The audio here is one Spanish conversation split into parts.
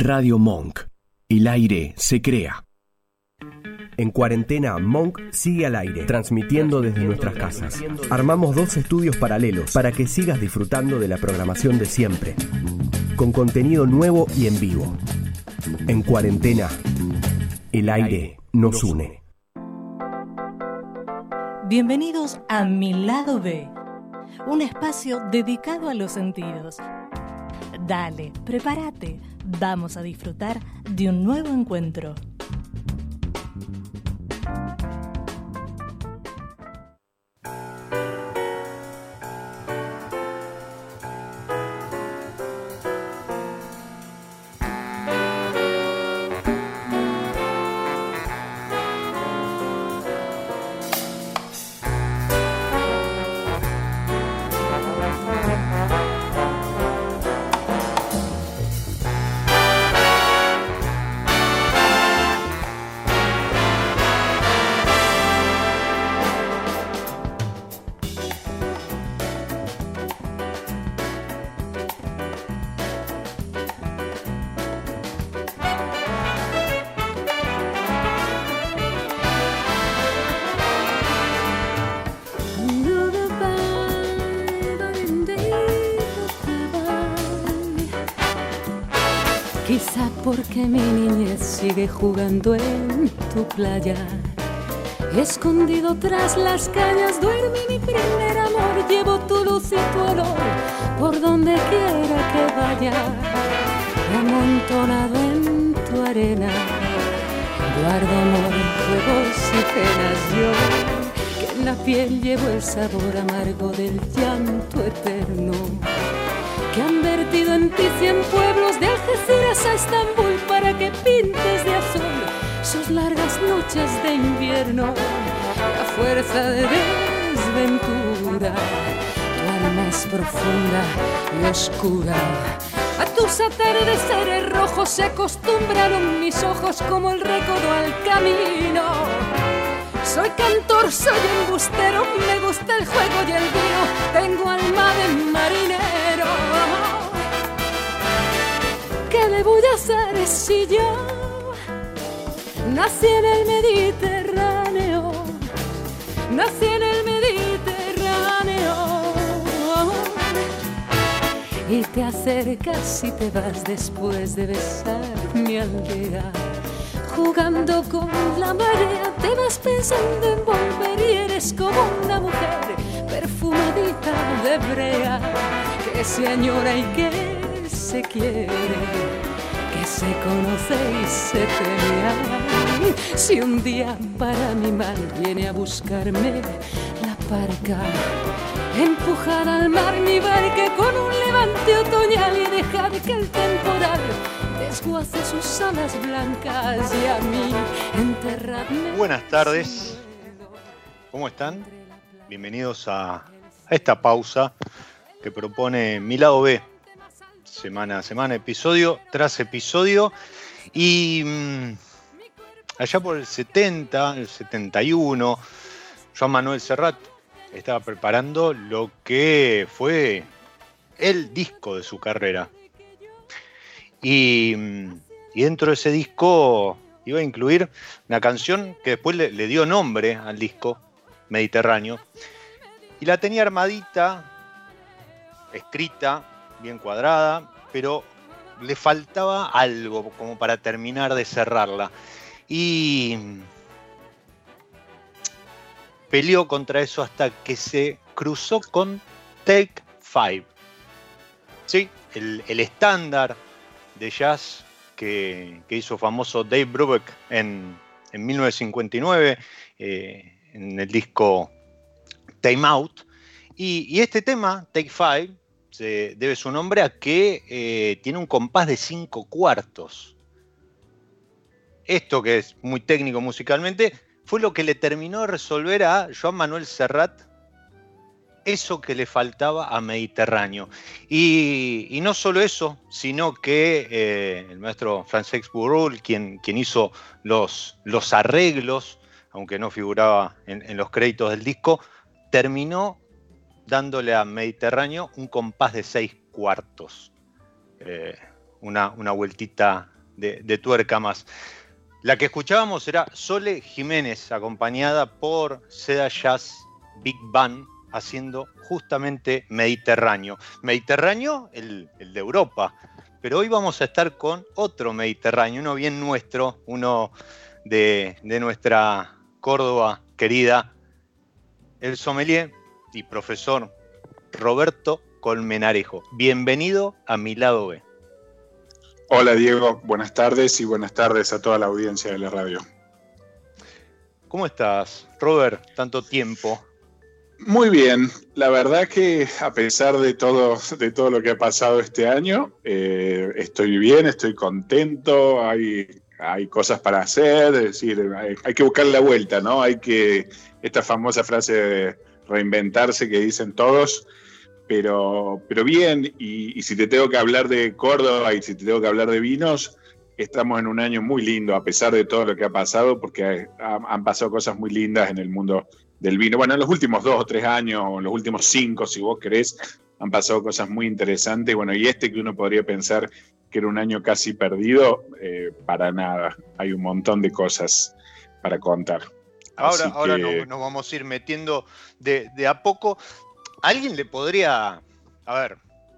Radio Monk. El aire se crea. En cuarentena, Monk sigue al aire, transmitiendo desde nuestras casas. Armamos 2 estudios paralelos para que sigas disfrutando de la programación de siempre, con contenido nuevo y en vivo. En cuarentena, el aire nos une. Bienvenidos a Mi Lado B, un espacio dedicado a los sentidos. Dale, prepárate, vamos a disfrutar de un nuevo encuentro. Quizá porque mi niñez sigue jugando en tu playa. Escondido tras las cañas duerme mi primer amor. Llevo tu luz y tu olor por donde quiera que vaya. Amontonado en tu arena guardo amor, juegos y penas. Yo que en la piel llevo el sabor amargo del llanto eterno, que han vertido en ti 100 pueblos de Algeciras a Estambul para que pintes de azul sus largas noches de invierno. Y a fuerza de desventura tu alma es profunda y oscura. A tus atardeceres rojos se acostumbraron mis ojos como el recodo al camino. Soy cantor, soy embustero, me gusta el juego y el vino, tengo alma de marinero. ¿Qué le voy a hacer si yo nací en el Mediterráneo? Nací en el Mediterráneo. Y te acercas y te vas después de besar mi aldea. Jugando con la marea, te vas pensando en volver y eres como una mujer perfumadita de brea, que se añora y que se quiere, que se conoce y se teme. Si un día para mi mal viene a buscarme la parca, empujar al mar mi barca con un levante otoñal y dejar que el temporal desguace sus alas blancas y a mí enterradme. Buenas tardes, ¿cómo están? Bienvenidos a esta pausa que propone Mi Lado B, semana a semana, episodio tras episodio. Y allá por el 70, el 71, Joan Manuel Serrat estaba preparando lo que fue el disco de su carrera. Y dentro de ese disco iba a incluir una canción que después le dio nombre al disco, Mediterráneo. Y la tenía armadita, escrita, bien cuadrada, pero le faltaba algo como para terminar de cerrarla. Y peleó contra eso hasta que se cruzó con Take 5. Sí, el estándar de jazz que hizo famoso Dave Brubeck en 1959 en el disco Time Out. Y este tema, Take 5, se debe su nombre a que tiene un compás de 5/4. Esto, que es muy técnico musicalmente, fue lo que le terminó de resolver a Joan Manuel Serrat eso que le faltaba a Mediterráneo. Y no solo eso, sino que el maestro Francesc Burrul, quien hizo los arreglos, aunque no figuraba en los créditos del disco, terminó dándole a Mediterráneo un compás de 6/4. una vueltita de tuerca más. La que escuchábamos era Sole Jiménez, acompañada por Seda Jazz Big Band, haciendo justamente Mediterráneo. Mediterráneo, el de Europa. Pero hoy vamos a estar con otro Mediterráneo, uno bien nuestro, uno de nuestra Córdoba querida, el sommelier y profesor Roberto Colmenarejo. Bienvenido a Mi Lado B. Hola Diego, buenas tardes y buenas tardes a toda la audiencia de la radio. ¿Cómo estás, Robert? Tanto tiempo. Muy bien, la verdad que a pesar de todo lo que ha pasado este año, estoy bien, estoy contento, hay cosas para hacer, es decir, hay que buscar la vuelta, ¿no? Esta famosa frase de reinventarse que dicen todos, pero bien, y si te tengo que hablar de Córdoba y si te tengo que hablar de vinos, estamos en un año muy lindo, a pesar de todo lo que ha pasado, porque han pasado cosas muy lindas en el mundo del vino. Bueno, en los últimos 2 o 3 años, o en los últimos 5, si vos querés, han pasado cosas muy interesantes. Bueno, y que uno podría pensar que era un año casi perdido, para nada. Hay un montón de cosas para contar. Ahora nos vamos a ir metiendo de a poco. ¿Alguien le podría... A ver,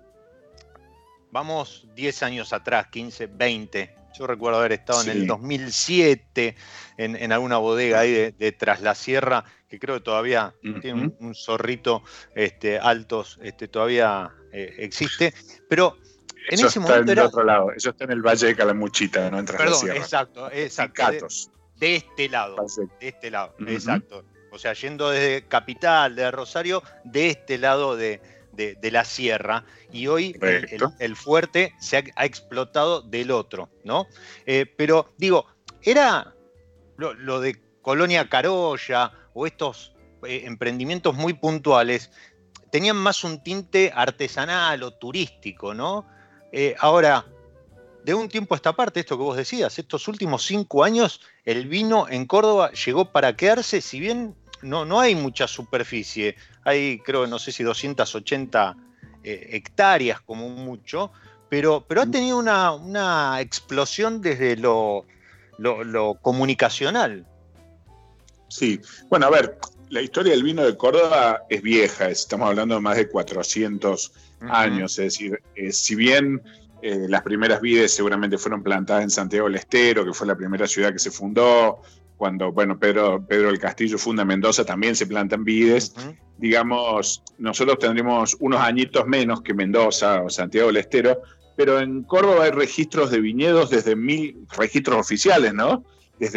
vamos 10 años atrás, 15, 20. Yo recuerdo haber estado en el 2007 en alguna bodega ahí de Tras la Sierra, que creo que todavía tiene un zorrito altos, todavía existe. Pero en eso ese está momento en el otro lado, eso está en el Valle de Calamuchita, no en Tras la Sierra. Exacto. De este lado, exacto. O sea, yendo desde Capital, de Rosario, de este lado de la sierra, y hoy el fuerte se ha explotado del otro, ¿no? Pero digo, era lo de Colonia Carolla o estos emprendimientos muy puntuales, tenían más un tinte artesanal o turístico, ¿no? Ahora, de un tiempo a esta parte, esto que vos decías, estos últimos 5 años, el vino en Córdoba llegó para quedarse, si bien no hay mucha superficie, hay creo, no sé si 280 hectáreas como mucho, pero ha tenido una explosión desde lo comunicacional. Sí, bueno, a ver, la historia del vino de Córdoba es vieja, estamos hablando de más de 400 años, es decir, si bien las primeras vides seguramente fueron plantadas en Santiago del Estero, que fue la primera ciudad que se fundó. Cuando Pedro del Castillo funda Mendoza, también se plantan vides. Digamos, nosotros tendremos unos añitos menos que Mendoza o Santiago del Estero, pero en Córdoba hay registros de viñedos registros oficiales, ¿no? Desde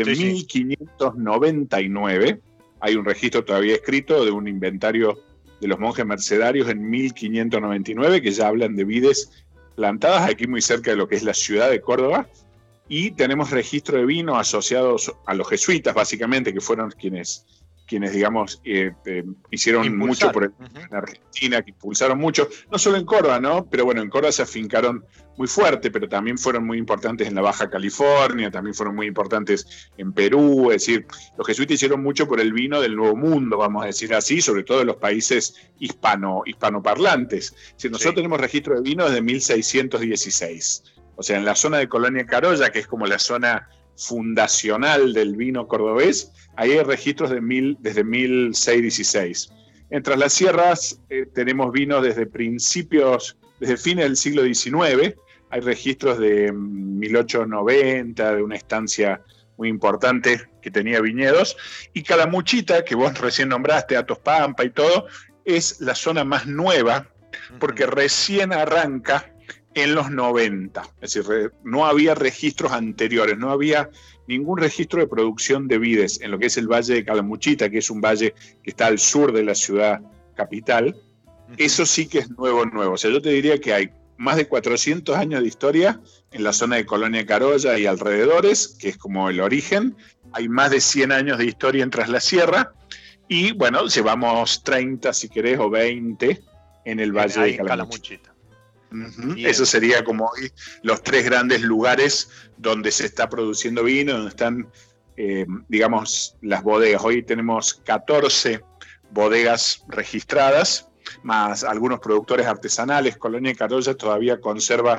1599 hay un registro todavía escrito de un inventario de los monjes mercedarios en 1599 que ya hablan de vides plantadas aquí muy cerca de lo que es la ciudad de Córdoba. Y tenemos registro de vino asociados a los jesuitas, básicamente, que fueron quienes digamos, hicieron mucho por en Argentina, que impulsaron mucho, no solo en Córdoba, ¿no? Pero bueno, en Córdoba se afincaron muy fuerte, pero también fueron muy importantes en la Baja California, también fueron muy importantes en Perú, es decir, los jesuitas hicieron mucho por el vino del Nuevo Mundo, vamos a decir así, sobre todo en los países hispanoparlantes. Si nosotros tenemos registro de vino desde 1616. O sea, en la zona de Colonia Carolla, que es como la zona fundacional del vino cordobés, ahí hay registros desde 1616. En Tras las Sierras tenemos vinos desde fines del siglo XIX, hay registros de 1890, de una estancia muy importante que tenía viñedos, y Calamuchita, que vos recién nombraste, Atos Pampa y todo, es la zona más nueva, porque recién arranca en los 90, es decir, no había registros anteriores, no había ningún registro de producción de vides en lo que es el Valle de Calamuchita, que es un valle que está al sur de la ciudad capital. Eso sí que es nuevo. O sea, yo te diría que hay más de 400 años de historia en la zona de Colonia Carolla y alrededores, que es como el origen. Hay más de 100 años de historia en Tras la Sierra, y bueno, llevamos 30, si querés, o 20 en el Valle de Calamuchita. Eso sería como hoy los 3 grandes lugares donde se está produciendo vino, donde están, digamos, las bodegas. Hoy tenemos 14 bodegas registradas, más algunos productores artesanales. Colonia Carolla todavía conserva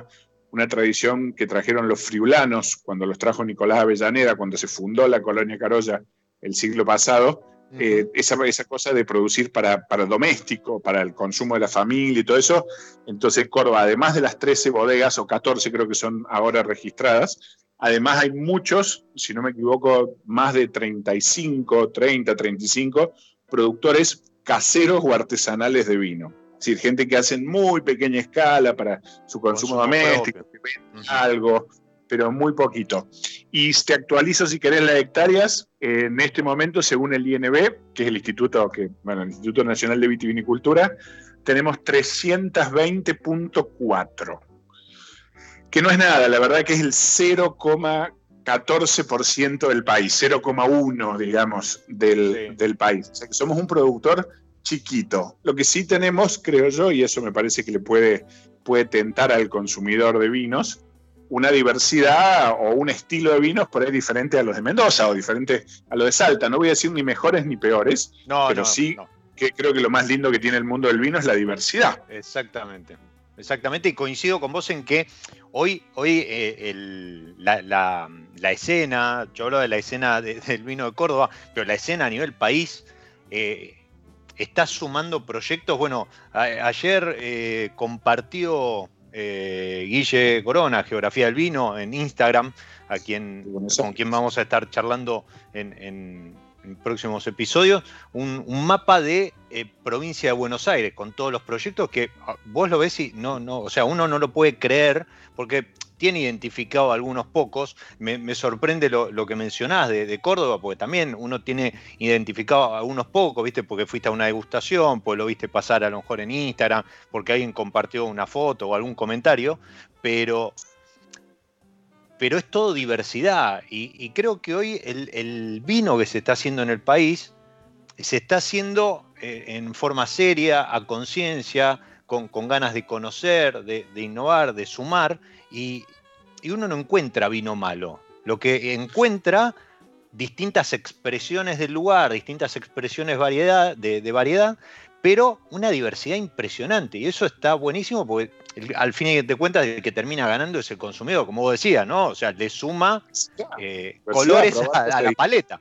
una tradición que trajeron los friulanos cuando los trajo Nicolás Avellaneda, cuando se fundó la colonia Carolla el siglo pasado. Esa cosa de producir para doméstico, para el consumo de la familia y todo eso. Entonces Córdoba, además de las 13 bodegas, o 14 creo que son ahora registradas, además hay muchos, si no me equivoco, más de 35 productores caseros o artesanales de vino. Es decir, gente que hace en muy pequeña escala para su consumo doméstico, que vende algo, pero muy poquito. Y te actualizo, si querés, las hectáreas. En este momento, según el INB, que es el Instituto Nacional de Vitivinicultura, tenemos 320.4, que no es nada, la verdad que es el 0,14% del país, 0,1, digamos, del país. O sea que somos un productor chiquito. Lo que sí tenemos, creo yo, y eso me parece que le puede tentar al consumidor de vinos, una diversidad o un estilo de vinos por ahí diferente a los de Mendoza o diferente a los de Salta. No voy a decir ni mejores ni peores, pero sí que creo que lo más lindo que tiene el mundo del vino es la diversidad. Exactamente, y coincido con vos en que hoy la escena, yo hablo de la escena del vino de Córdoba, pero la escena a nivel país está sumando proyectos. Bueno, ayer compartió Guille Corona, Geografía del Vino, en Instagram, con quien vamos a estar charlando en próximos episodios, un mapa de provincia de Buenos Aires, con todos los proyectos que vos lo ves y o sea, uno no lo puede creer, porque tiene identificado algunos pocos. Me sorprende lo que mencionás de Córdoba, porque también uno tiene identificado algunos pocos, ¿viste? Porque fuiste a una degustación, pues lo viste pasar a lo mejor en Instagram, porque alguien compartió una foto o algún comentario, pero es todo diversidad. Y creo que hoy el vino que se está haciendo en el país se está haciendo en forma seria, a conciencia, con ganas de conocer, de innovar, de sumar, y uno no encuentra vino malo. Lo que encuentra, distintas expresiones del lugar, distintas expresiones de variedad, pero una diversidad impresionante. Y eso está buenísimo, porque al fin de cuentas el que termina ganando es el consumidor, como vos decías, ¿no? O sea, le suma colores a la paleta.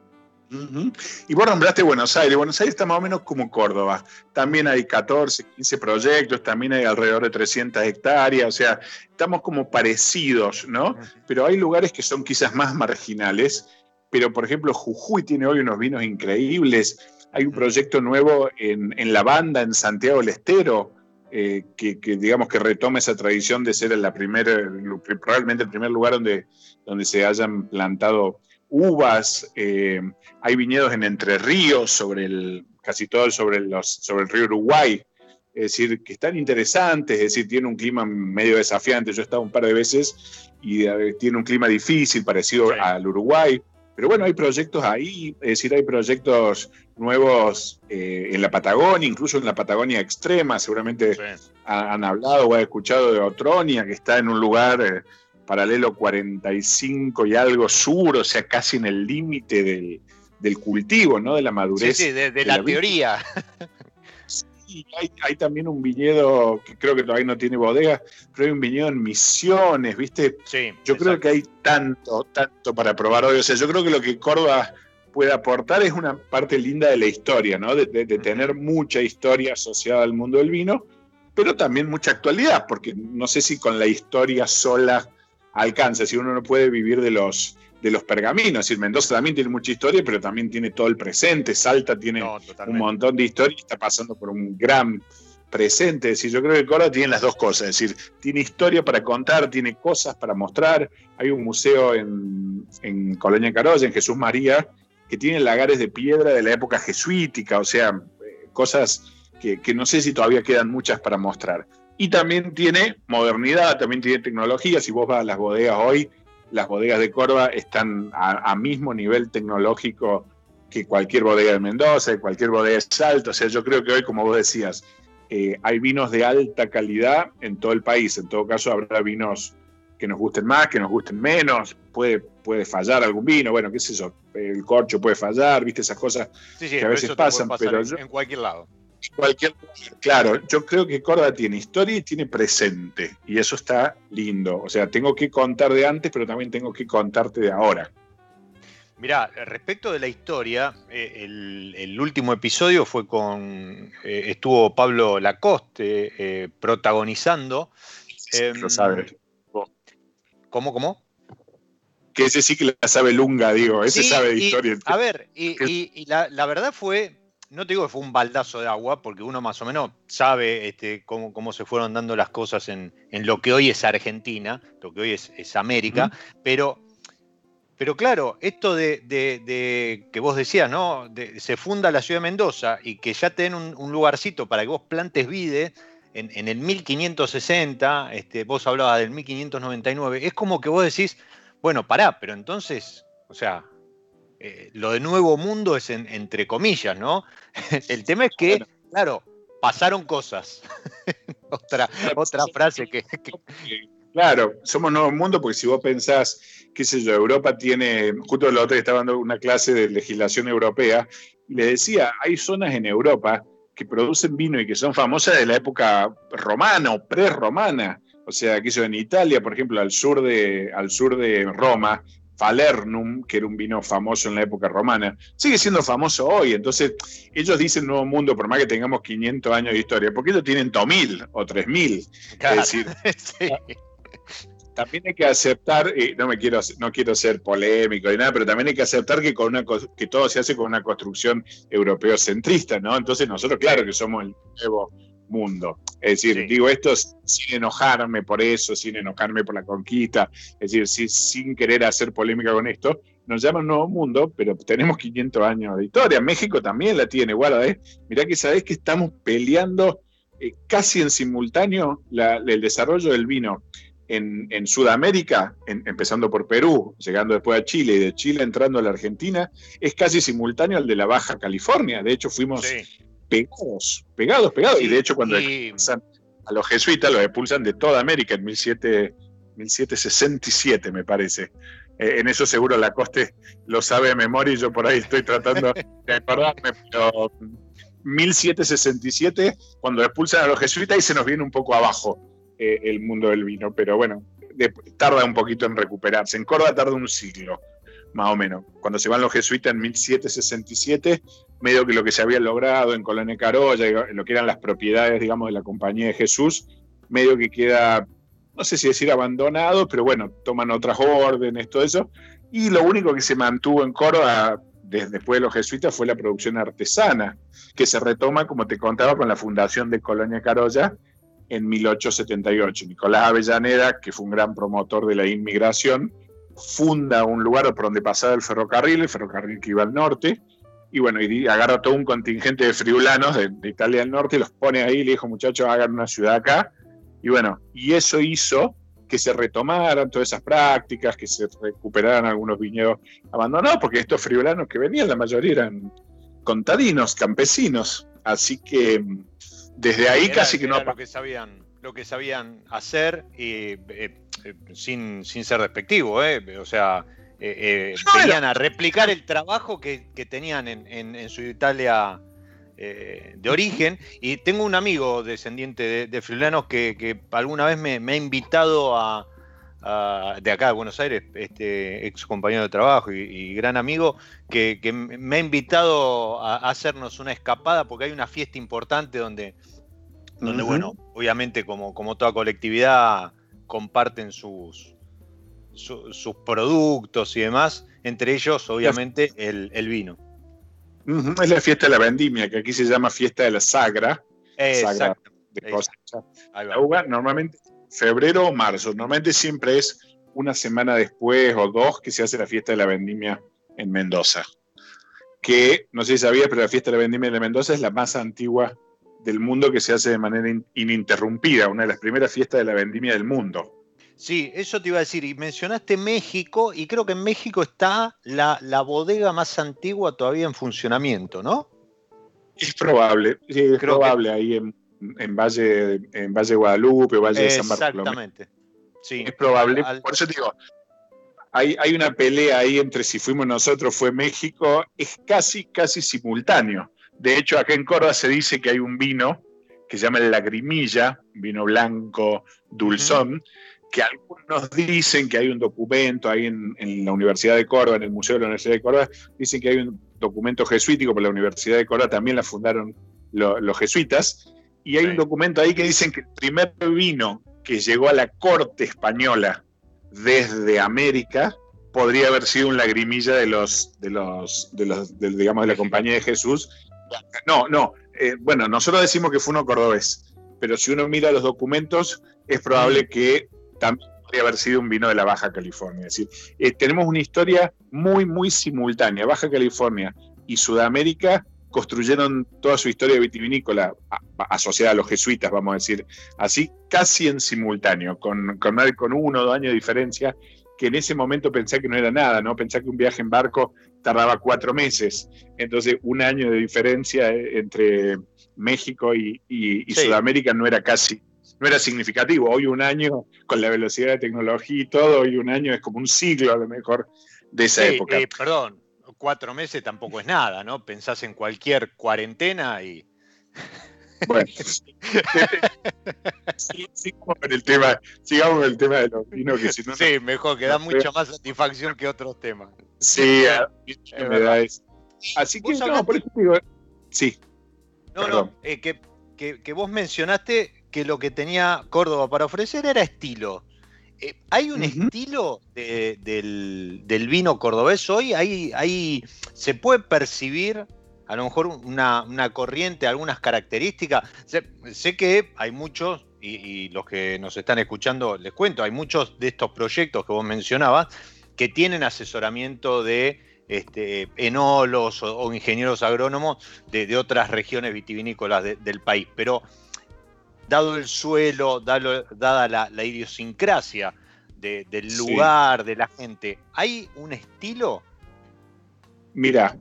Y vos nombraste Buenos Aires. Buenos Aires está más o menos como Córdoba. También hay 14, 15 proyectos, también hay alrededor de 300 hectáreas, o sea, estamos como parecidos, ¿no? Pero hay lugares que son quizás más marginales, pero por ejemplo Jujuy tiene hoy unos vinos increíbles. Hay un proyecto nuevo en La Banda, en Santiago del Estero, que digamos que retoma esa tradición de ser probablemente el primer lugar donde se hayan plantado uvas. Hay viñedos en Entre Ríos, casi todo sobre el río Uruguay, es decir, que están interesantes, es decir, tiene un clima medio desafiante. Yo he estado un par de veces y tiene un clima difícil, parecido al Uruguay. Pero bueno, hay proyectos ahí, es decir, hay proyectos nuevos en la Patagonia, incluso en la Patagonia extrema. Seguramente han hablado o han escuchado de Otronia, que está en un lugar paralelo 45 y algo sur, o sea, casi en el límite del cultivo, ¿no? De la madurez. Sí, de la teoría. Sí, hay también un viñedo que creo que todavía no tiene bodega, pero hay un viñedo en Misiones, ¿viste? Sí, yo creo que hay tanto para probar hoy. O sea, yo creo que lo que Córdoba puede aportar es una parte linda de la historia, ¿no? De tener mucha historia asociada al mundo del vino, pero también mucha actualidad, porque no sé si con la historia sola alcanza, si uno no puede vivir de los pergaminos. Es decir, Mendoza también tiene mucha historia, pero también tiene todo el presente. Salta tiene un montón de historia y está pasando por un gran presente. Es decir, yo creo que Córdoba tiene las dos cosas. Es decir, tiene historia para contar, tiene cosas para mostrar. Hay un museo en Colonia Carolla, en Jesús María, que tiene lagares de piedra de la época jesuítica. O sea, cosas que no sé si todavía quedan muchas para mostrar. Y también tiene modernidad, también tiene tecnología. Si vos vas a las bodegas hoy, las bodegas de Córdoba están a mismo nivel tecnológico que cualquier bodega de Mendoza, cualquier bodega de Salta. O sea, yo creo que hoy, como vos decías, hay vinos de alta calidad en todo el país. En todo caso, habrá vinos que nos gusten más, que nos gusten menos. Puede fallar algún vino, bueno, qué sé yo, el corcho puede fallar, viste, esas cosas que a veces pasan. Pero en cualquier lado. cualquier lugar. Claro, yo creo que Córdoba tiene historia y tiene presente, y eso está lindo. O sea, tengo que contar de antes, pero también tengo que contarte de ahora. Mirá, respecto de la historia, el último episodio fue estuvo Pablo Lacoste protagonizando. Lo sabes. ¿Cómo? Que ese sí que la sabe Lunga, digo, ese Sí, sabe de historia. A ver, y la verdad fue, no te digo que fue un baldazo de agua, porque uno más o menos sabe cómo se fueron dando las cosas en lo que hoy es Argentina, lo que hoy es América, pero claro, esto de que vos decías, ¿no? Se funda la ciudad de Mendoza y que ya te den un lugarcito para que vos plantes vide en el 1560, vos hablabas del 1599, es como que vos decís, bueno, pará, pero entonces, o sea, lo de Nuevo Mundo es entre comillas, ¿no? El tema es que, claro, pasaron cosas. otra frase que... Claro, somos Nuevo Mundo porque si vos pensás, qué sé yo, Europa tiene, justo el otro día estaba dando una clase de legislación europea, le decía, hay zonas en Europa que producen vino y que son famosas de la época romana o prerromana. O sea, aquí en Italia, por ejemplo, al sur de Roma, Falernum, que era un vino famoso en la época romana, sigue siendo famoso hoy. Entonces, ellos dicen Nuevo Mundo, por más que tengamos 500 años de historia, porque ellos tienen 2000 o 3000. Claro, es decir, sí. También hay que aceptar, no quiero ser polémico ni nada, pero también hay que aceptar que que todo se hace con una construcción europeo-centrista, ¿no? Entonces nosotros, claro que somos el nuevo mundo. Es decir, digo esto sin enojarme por eso, sin enojarme por la conquista, es decir, sin querer hacer polémica con esto, nos llaman Nuevo Mundo, pero tenemos 500 años de historia. México también la tiene, guarda, mirá que sabés que estamos peleando casi en simultáneo el desarrollo del vino en Sudamérica, empezando por Perú, llegando después a Chile y de Chile entrando a la Argentina, es casi simultáneo al de la Baja California. De hecho, fuimos pegados. Sí, y de hecho, cuando expulsan a los jesuitas, los expulsan de toda América en 1767, me parece. En eso seguro Lacoste lo sabe de memoria y yo por ahí estoy tratando de acordarme, pero 1767, cuando expulsan a los jesuitas, y se nos viene un poco abajo el mundo del vino, pero bueno, tarda un poquito en recuperarse. En Córdoba tarda un siglo, más o menos. Cuando se van los jesuitas en 1767, medio que lo que se había logrado en Colonia Carolla, lo que eran las propiedades, digamos, de la Compañía de Jesús, medio que queda, no sé si decir abandonado, pero bueno, toman otras órdenes, todo eso, y lo único que se mantuvo en Córdoba después de los jesuitas fue la producción artesana, que se retoma, como te contaba, con la fundación de Colonia Carolla en 1878. Nicolás Avellaneda, que fue un gran promotor de la inmigración, funda un lugar por donde pasaba el ferrocarril que iba al norte, y bueno, y agarra todo un contingente de friulanos de Italia del Norte, los pone ahí y le dijo, muchachos, hagan una ciudad acá, y bueno, y eso hizo que se retomaran todas esas prácticas, que se recuperaran algunos viñedos abandonados, porque estos friulanos que venían, la mayoría eran contadinos, campesinos, así que desde ahí casi que no lo que sabían hacer, sin ser despectivo, o sea, venían a replicar el trabajo que tenían en su Italia de origen. Y tengo un amigo descendiente de friulanos que alguna vez me ha invitado de acá de Buenos Aires, ex compañero de trabajo y gran amigo, que me ha invitado a hacernos una escapada, porque hay una fiesta importante donde bueno, obviamente como toda colectividad comparten sus productos y demás, entre ellos obviamente el vino. Es la fiesta de la vendimia, que aquí se llama fiesta de la sagra. Sagra de cosecha. La uva, normalmente febrero o marzo, normalmente siempre es una semana después o dos que se hace la fiesta de la vendimia en Mendoza. Que, no sé si sabías, pero la fiesta de la vendimia de Mendoza es la más antigua del mundo, que se hace de manera ininterrumpida, una de las primeras fiestas de la vendimia del mundo. Sí, eso te iba a decir, y mencionaste México, y creo que en México está la bodega más antigua todavía en funcionamiento, ¿no? Es probable, sí, ahí en Valle Guadalupe, Valle de San Bartolomé. Exactamente. Sí. Es probable, por eso te digo, hay una pelea ahí entre si fuimos nosotros, fue México, es casi simultáneo. De hecho, acá en Córdoba se dice que hay un vino que se llama el Lagrimilla, vino blanco, dulzón, que algunos dicen que hay un documento ahí en la Universidad de Córdoba, en el Museo de la Universidad de Córdoba, dicen que hay un documento jesuítico, por la Universidad de Córdoba también la fundaron los jesuitas, y hay un documento ahí que dicen que el primer vino que llegó a la corte española desde América podría haber sido un Lagrimilla de la Compañía de Jesús. Bueno, nosotros decimos que fue uno cordobés, pero si uno mira los documentos, es probable que también podría haber sido un vino de la Baja California. Es decir, tenemos una historia muy, muy simultánea. Baja California y Sudamérica construyeron toda su historia vitivinícola asociada a los jesuitas, vamos a decir así, casi en simultáneo, con 1 o 2 años de diferencia, que en ese momento pensé que no era nada, ¿no? Pensé que un viaje en barco tardaba 4 meses. Entonces, 1 año de diferencia entre México y Sudamérica no era significativo. Hoy 1 año, con la velocidad de tecnología y todo, hoy 1 año es como un siglo a lo mejor de esa época. Perdón, 4 meses tampoco es nada, ¿no? Pensás en cualquier cuarentena y... Bueno, sigamos con el tema de los vinos, que si no... Sí, mejor, que da mucha más satisfacción que otros temas. Sí, me da eso. Así que, por eso digo... Sí. Que vos mencionaste que lo que tenía Córdoba para ofrecer era estilo. ¿Hay un estilo del vino cordobés hoy? ¿Hay se puede percibir a lo mejor una corriente, algunas características? Sé que hay muchos, y los que nos están escuchando les cuento, hay muchos de estos proyectos que vos mencionabas que tienen asesoramiento de enólogos o ingenieros agrónomos de otras regiones vitivinícolas del país, pero dado el suelo, dada la idiosincrasia del lugar, de la gente, ¿hay un estilo? Mira,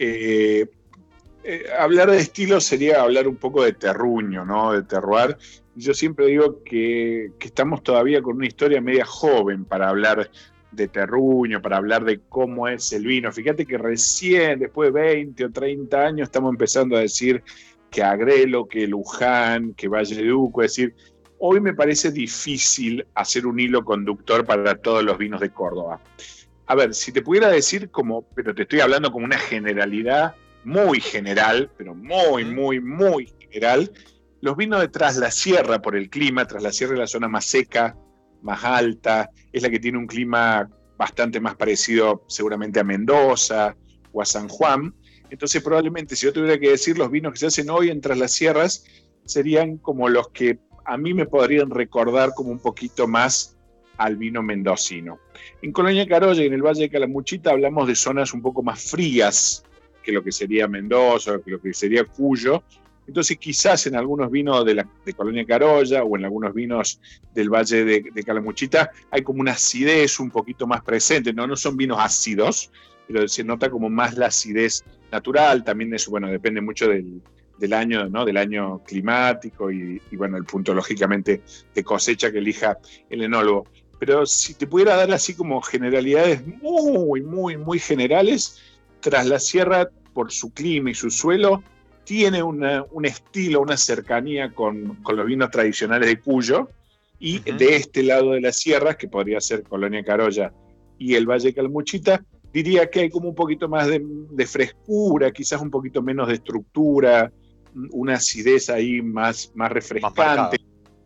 hablar de estilo sería hablar un poco de terruño, ¿no? De terroir. Yo siempre digo que estamos todavía con una historia media joven para hablar de terruño, para hablar de cómo es el vino. Fíjate que recién, después de 20 o 30 años, estamos empezando a decir que Agrelo, que Luján, que Valle de Uco. Es decir, hoy me parece difícil hacer un hilo conductor para todos los vinos de Córdoba. A ver, si te pudiera decir pero te estoy hablando como una generalidad muy general, pero muy, muy, muy general, los vinos de Tras la Sierra, por el clima, Tras la Sierra es la zona más seca, más alta, es la que tiene un clima bastante más parecido seguramente a Mendoza o a San Juan. Entonces probablemente, si yo tuviera que decir, los vinos que se hacen hoy en Tras las Sierras serían como los que a mí me podrían recordar como un poquito más al vino mendocino. En Colonia Carolla y en el Valle de Calamuchita hablamos de zonas un poco más frías que lo que sería Mendoza, que lo que sería Cuyo. Entonces quizás en algunos vinos de Colonia Carolla o en algunos vinos del Valle de Calamuchita hay como una acidez un poquito más presente. No son vinos ácidos, pero se nota como más la acidez natural. También eso, bueno, depende mucho del año, ¿no? Del año climático y bueno, el punto lógicamente de cosecha que elija el enólogo. Pero si te pudiera dar así como generalidades muy, muy, muy generales, Tras la Sierra, por su clima y su suelo, tiene un estilo, una cercanía con los vinos tradicionales de Cuyo, y de este lado de las sierras, que podría ser Colonia Carolla y el Valle de Calamuchita, diría que hay como un poquito más de frescura, quizás un poquito menos de estructura, una acidez ahí más refrescante.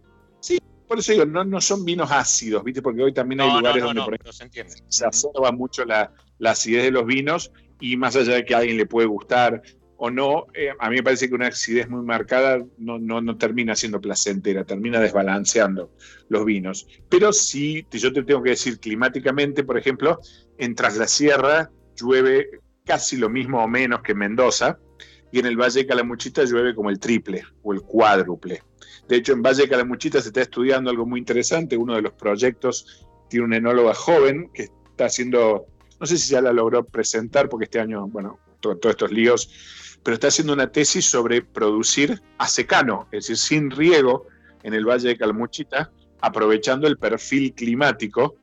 Sí, por eso digo, no son vinos ácidos, ¿viste? Porque hoy también hay lugares donde por ejemplo, se absorba mucho la acidez de los vinos, y más allá de que a alguien le puede gustar o no, a mí me parece que una acidez muy marcada no termina siendo placentera, termina desbalanceando los vinos. Pero sí, yo te tengo que decir, climáticamente, por ejemplo, en Tras la Sierra llueve casi lo mismo o menos que en Mendoza, y en el Valle de Calamuchita llueve como el triple o el cuádruple. De hecho, en Valle de Calamuchita se está estudiando algo muy interesante. Uno de los proyectos tiene una enóloga joven que está haciendo, no sé si ya la logró presentar, porque este año, bueno, todos estos líos, pero está haciendo una tesis sobre producir a secano, es decir, sin riego en el Valle de Calamuchita, aprovechando el perfil climático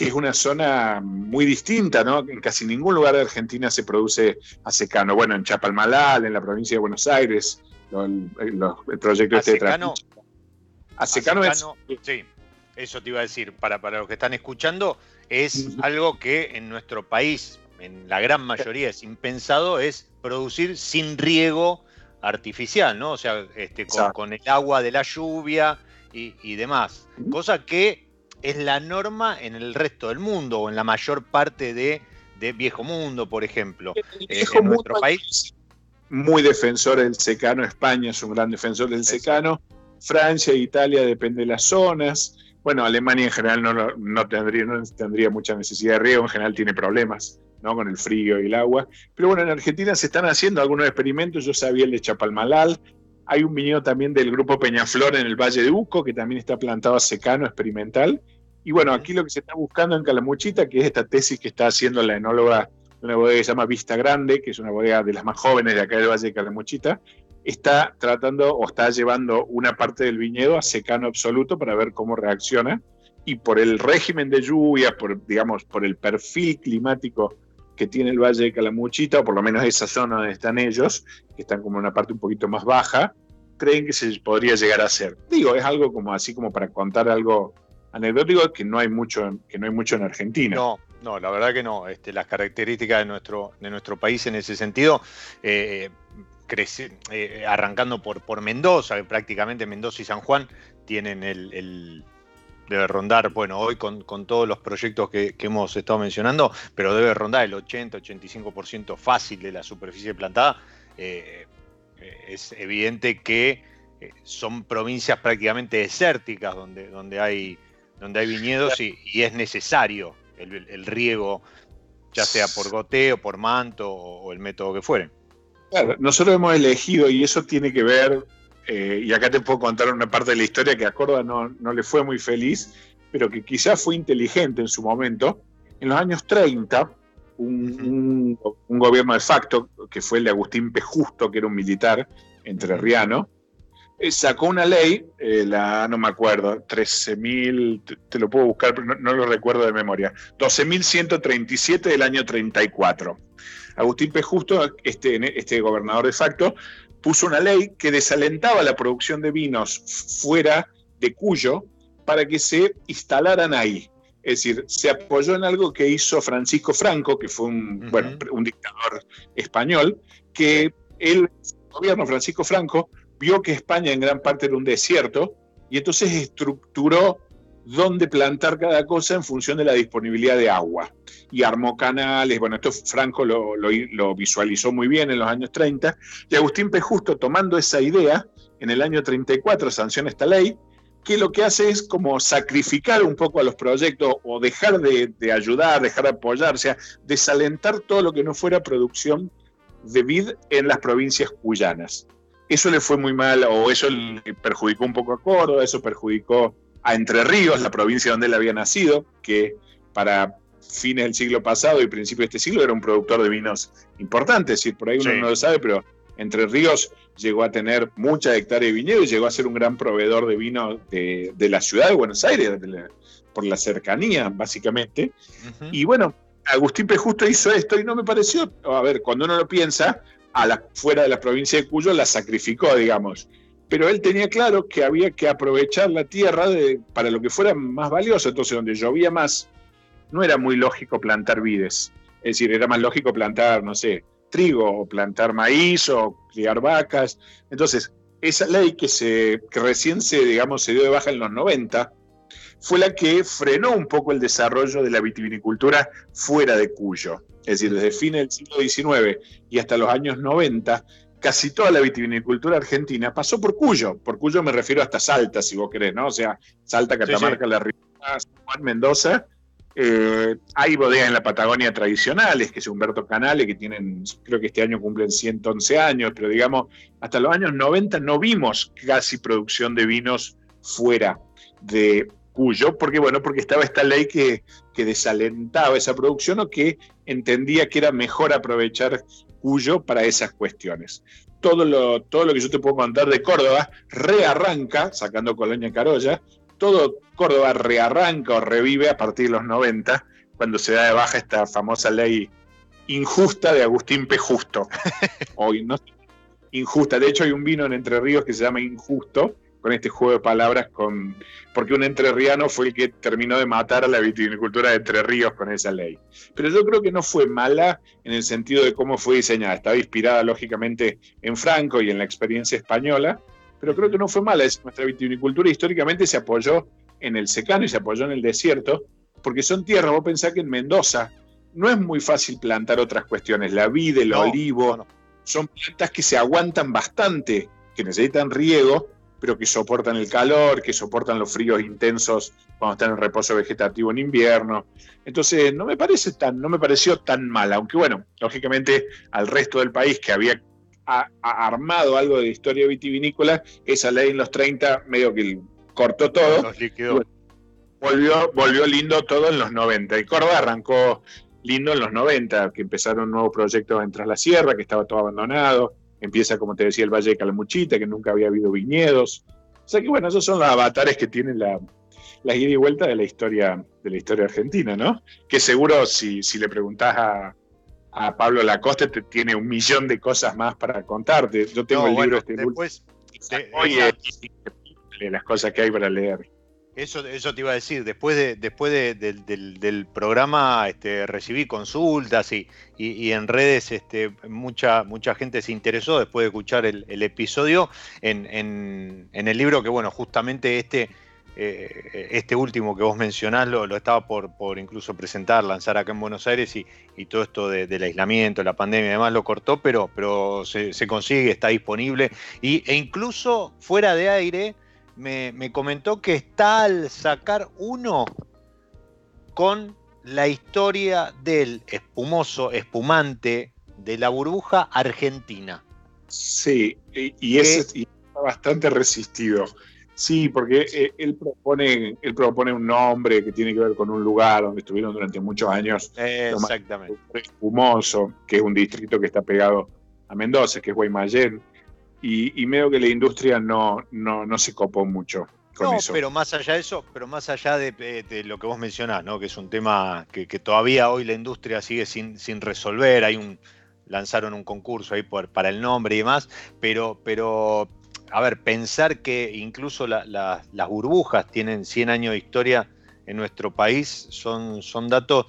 que es una zona muy distinta, ¿no? En casi ningún lugar de Argentina se produce a secano. Bueno, en Chapalmalal, en la provincia de Buenos Aires, el proyecto a secano, a secano es... Sí, eso te iba a decir. Para los que están escuchando, es algo que en nuestro país, en la gran mayoría, es impensado, es producir sin riego artificial, ¿no? O sea, con el agua de la lluvia y demás. Cosa que es la norma en el resto del mundo, o en la mayor parte de Viejo Mundo, por ejemplo. En nuestro país. Muy defensor del secano. España es un gran defensor del secano. Francia e Italia depende de las zonas. Bueno, Alemania en general no tendría mucha necesidad de riego, en general tiene problemas, ¿no? Con el frío y el agua. Pero bueno, en Argentina se están haciendo algunos experimentos. Yo sabía el de Chapalmalal. Hay un viñedo también del grupo Peñaflor en el Valle de Uco, que también está plantado a secano experimental. Y bueno, aquí lo que se está buscando en Calamuchita, que es esta tesis que está haciendo la enóloga de una bodega que se llama Vista Grande, que es una bodega de las más jóvenes de acá del Valle de Calamuchita, está tratando o está llevando una parte del viñedo a secano absoluto para ver cómo reacciona. Y por el régimen de lluvia, por el perfil climático que tiene el Valle de Calamuchita, o por lo menos esa zona donde están ellos, que están como en una parte un poquito más baja, creen que se podría llegar a hacer. Digo, es algo como así como para contar algo anecdótico que no hay mucho en Argentina. No, la verdad que no. Las características de nuestro país en ese sentido, arrancando por Mendoza, prácticamente Mendoza y San Juan tienen debe rondar, bueno, hoy con todos los proyectos que hemos estado mencionando, pero debe rondar el 80-85% fácil de la superficie plantada. Es evidente que son provincias prácticamente desérticas donde hay viñedos y es necesario el riego, ya sea por goteo, por manto o el método que fuere. Claro, nosotros hemos elegido, y eso tiene que ver, y acá te puedo contar una parte de la historia que a Córdoba no le fue muy feliz, pero que quizás fue inteligente en su momento. En los años 30, un gobierno de facto, que fue el de Agustín P. Justo, que era un militar entrerriano, sacó una ley, no me acuerdo, 13.000, te lo puedo buscar, pero no lo recuerdo de memoria, 12.137 del año 34. Agustín P. Justo, este gobernador de facto, puso una ley que desalentaba la producción de vinos fuera de Cuyo para que se instalaran ahí. Es decir, se apoyó en algo que hizo Francisco Franco, que fue un dictador español, que el gobierno Francisco Franco vio que España en gran parte era un desierto y entonces estructuró dónde plantar cada cosa en función de la disponibilidad de agua. Y armó canales, bueno, esto Franco lo visualizó muy bien en los años 30, y Agustín P. Justo, tomando esa idea, en el año 34 sanciona esta ley, que lo que hace es como sacrificar un poco a los proyectos o dejar de ayudar, dejar de apoyar, o sea, desalentar todo lo que no fuera producción de vid en las provincias cuyanas. Eso le fue muy mal, o eso le perjudicó un poco a Córdoba, eso perjudicó a Entre Ríos, la provincia donde él había nacido, que para fines del siglo pasado y principios de este siglo era un productor de vinos importante, es decir, por ahí uno no lo sabe, pero Entre Ríos llegó a tener muchas hectáreas de viñedo y llegó a ser un gran proveedor de vino de la ciudad de Buenos Aires, por la cercanía, básicamente. Y bueno, Agustín P. Justo hizo esto y no me pareció, a ver, cuando uno lo piensa, fuera de la provincia de Cuyo la sacrificó, digamos. Pero él tenía claro que había que aprovechar la tierra para lo que fuera más valioso. Entonces, donde llovía más, no era muy lógico plantar vides. Es decir, era más lógico plantar, no sé, trigo, o plantar maíz, o criar vacas. Entonces, esa ley que recién se dio de baja en los 90, fue la que frenó un poco el desarrollo de la vitivinicultura fuera de Cuyo. Es decir, desde fines del siglo XIX y hasta los años 90, casi toda la vitivinicultura argentina pasó por Cuyo. Por Cuyo me refiero hasta Salta, si vos querés, ¿no? O sea, Salta, Catamarca, La Rioja, San Juan, Mendoza. Hay bodegas en la Patagonia tradicionales, que es Humberto Canale, que tienen, creo que este año cumplen 111 años, pero digamos, hasta los años 90 no vimos casi producción de vinos fuera de Cuyo, porque estaba esta ley que desalentaba esa producción o que entendía que era mejor aprovechar Cuyo para esas cuestiones. Todo lo que yo te puedo contar de Córdoba rearranca, sacando Colonia Carolla, todo Córdoba rearranca o revive a partir de los 90, cuando se da de baja esta famosa ley injusta de Agustín P. Justo. Hoy, ¿no? Injusta. De hecho, hay un vino en Entre Ríos que se llama Injusto, con este juego de palabras, porque un entrerriano fue el que terminó de matar a la vitivinicultura de Entre Ríos con esa ley. Pero yo creo que no fue mala en el sentido de cómo fue diseñada. Estaba inspirada, lógicamente, en Franco y en la experiencia española, pero creo que no fue mala. Nuestra vitivinicultura históricamente se apoyó en el secano y se apoyó en el desierto, porque son tierras. Vos pensás que en Mendoza no es muy fácil plantar otras cuestiones. La vid, el olivo, son plantas que se aguantan bastante, que necesitan riego, pero que soportan el calor, que soportan los fríos intensos cuando están en reposo vegetativo en invierno. Entonces no me pareció tan mal, aunque bueno, lógicamente al resto del país que había armado algo de historia vitivinícola, esa ley en los 30 medio que cortó todo. Los liquidó. Volvió lindo todo en los 90. Y Córdoba arrancó lindo en los 90, que empezaron un nuevo proyecto en Tras la Sierra, que estaba todo abandonado. Empieza, como te decía, el Valle de Calamuchita, que nunca había habido viñedos. O sea que bueno, esos son los avatares que tienen la ida y vuelta de la historia argentina, ¿no? Que seguro si le preguntás a Pablo Lacoste te tiene 1.000.000 de cosas más para contarte. Yo tengo el libro después, oye, las cosas que hay para leer. Eso te iba a decir, después del programa recibí consultas y en redes mucha gente se interesó después de escuchar el episodio en el libro que, bueno, justamente este último que vos mencionás lo estaba por incluso lanzar acá en Buenos Aires y todo esto del aislamiento, la pandemia y demás lo cortó, pero se consigue, está disponible e incluso fuera de aire me comentó que está al sacar uno con la historia del espumante de la burbuja argentina. Sí, y está bastante resistido. Sí, porque él propone un nombre que tiene que ver con un lugar donde estuvieron durante muchos años. Exactamente. Espumoso, que es un distrito que está pegado a Mendoza, que es Guaymallén. Y medio que la industria no se copó mucho con eso. Pero más allá de eso, de lo que vos mencionás, ¿no? Que es un tema que todavía hoy la industria sigue sin resolver. Lanzaron un concurso ahí para el nombre y demás, pero a ver, pensar que incluso las burbujas tienen 100 años de historia en nuestro país son datos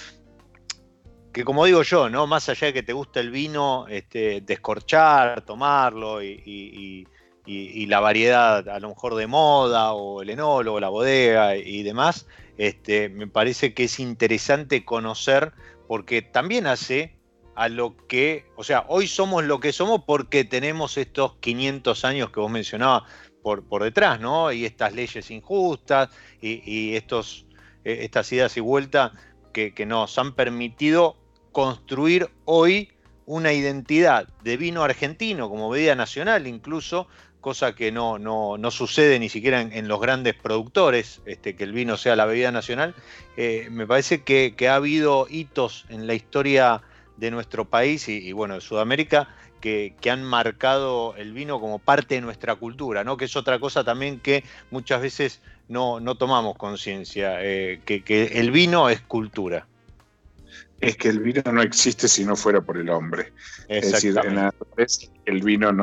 que, como digo yo, ¿no? Más allá de que te gusta el vino, descorchar, tomarlo y la variedad a lo mejor de moda o el enólogo, la bodega y demás, me parece que es interesante conocer porque también hace a lo que, o sea, hoy somos lo que somos porque tenemos estos 500 años que vos mencionabas por detrás, ¿no? Y estas leyes injustas y estas idas y vueltas que nos han permitido construir hoy una identidad de vino argentino como bebida nacional incluso, cosa que no sucede ni siquiera en los grandes productores, que el vino sea la bebida nacional. Me parece que ha habido hitos en la historia de nuestro país y bueno, de Sudamérica que han marcado el vino como parte de nuestra cultura, ¿no? Que es otra cosa también que muchas veces no tomamos conciencia, que el vino es cultura. Es que el vino no existe si no fuera por el hombre. Es decir, en la naturaleza el vino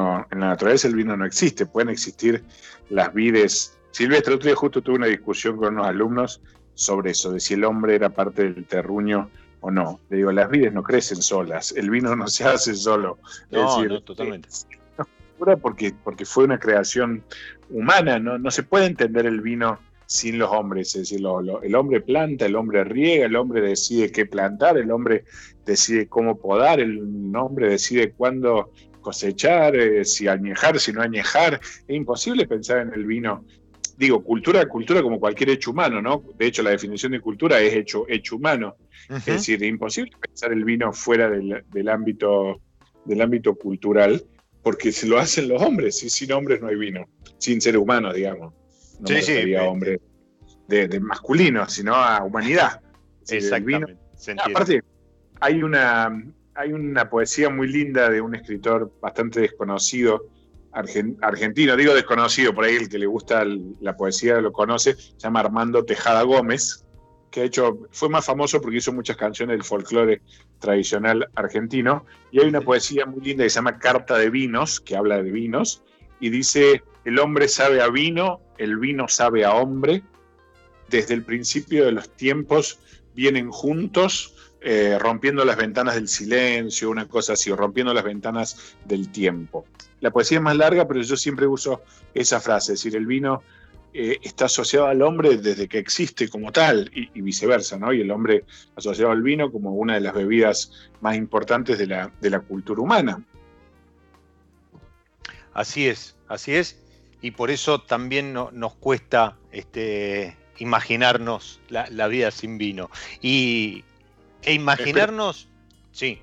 no existe. Pueden existir las vides silvestres. El otro día justo tuve una discusión con unos alumnos sobre eso, de si el hombre era parte del terruño o no. Le digo, las vides no crecen solas, el vino no se hace solo. No, totalmente. Porque fue una creación humana, no se puede entender el vino sin los hombres, es decir, el hombre planta, el hombre riega, el hombre decide qué plantar, el hombre decide cómo podar, el hombre decide cuándo cosechar, si añejar, si no añejar. Es imposible pensar en el vino. Digo, cultura como cualquier hecho humano, ¿no? De hecho, la definición de cultura es hecho humano. Uh-huh. Es decir, es imposible pensar el vino fuera del ámbito cultural, porque se lo hacen los hombres, y sin hombres no hay vino, sin seres humanos, digamos. No me refería a hombres de masculino, sino a humanidad. Exactamente. Aparte, hay una poesía muy linda de un escritor bastante desconocido argentino, digo desconocido, por ahí el que le gusta la poesía lo conoce, se llama Armando Tejada Gómez, que fue más famoso porque hizo muchas canciones del folclore tradicional argentino, y hay una poesía muy linda que se llama Carta de Vinos, que habla de vinos, y dice: el hombre sabe a vino, el vino sabe a hombre, desde el principio de los tiempos vienen juntos, rompiendo las ventanas del silencio, una cosa así, o rompiendo las ventanas del tiempo. La poesía es más larga, pero yo siempre uso esa frase, es decir, el vino está asociado al hombre desde que existe como tal, y viceversa, ¿no? Y el hombre asociado al vino como una de las bebidas más importantes de la cultura humana. Así es, y por eso también nos cuesta imaginarnos la vida sin vino. E imaginarnos, sí.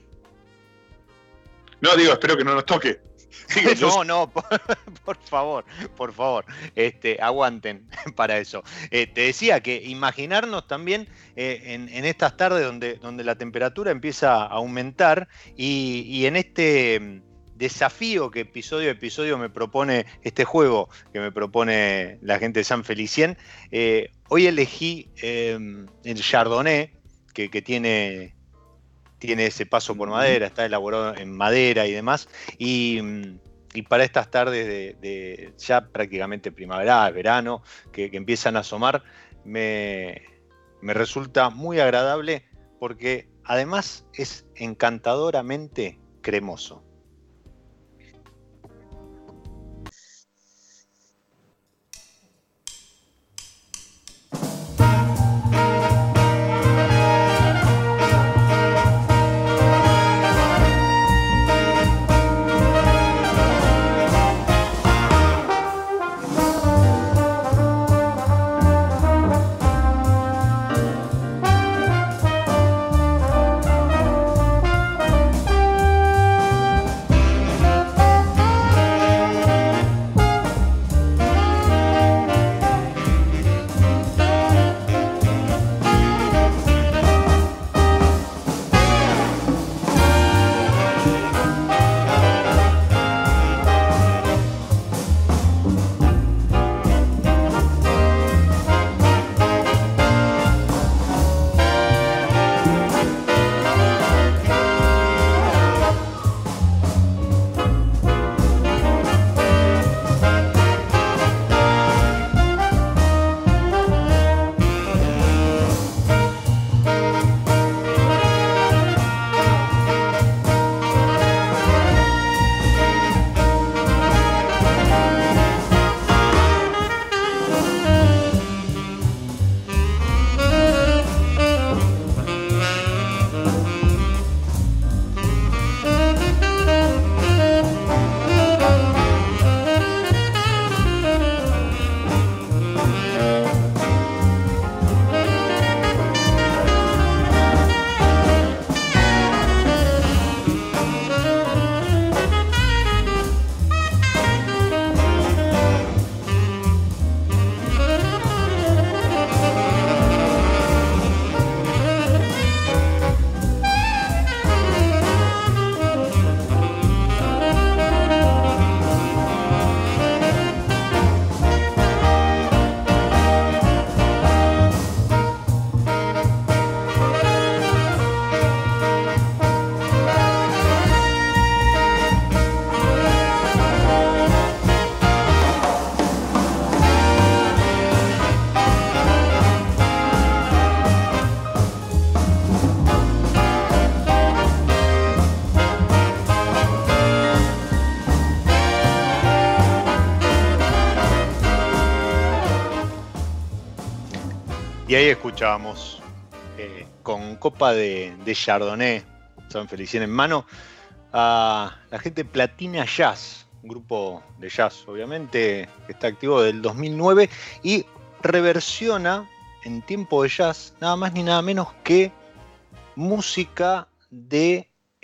No, digo, espero que no nos toque. Digo, no, por favor, aguanten para eso. Te decía que imaginarnos también en estas tardes donde la temperatura empieza a aumentar y en este desafío que episodio a episodio me propone este juego, que me propone la gente de San Felicien, hoy elegí el Chardonnay, que tiene ese paso por madera, está elaborado en madera y demás, y para estas tardes de ya prácticamente primavera, verano, que empiezan a asomar, me resulta muy agradable porque además es encantadoramente cremoso. Y ahí escuchábamos con copa de Chardonnay, San Felicien en mano, a la gente Platina Jazz, un grupo de jazz obviamente que está activo del 2009 y reversiona en tiempo de jazz nada más ni nada menos que música de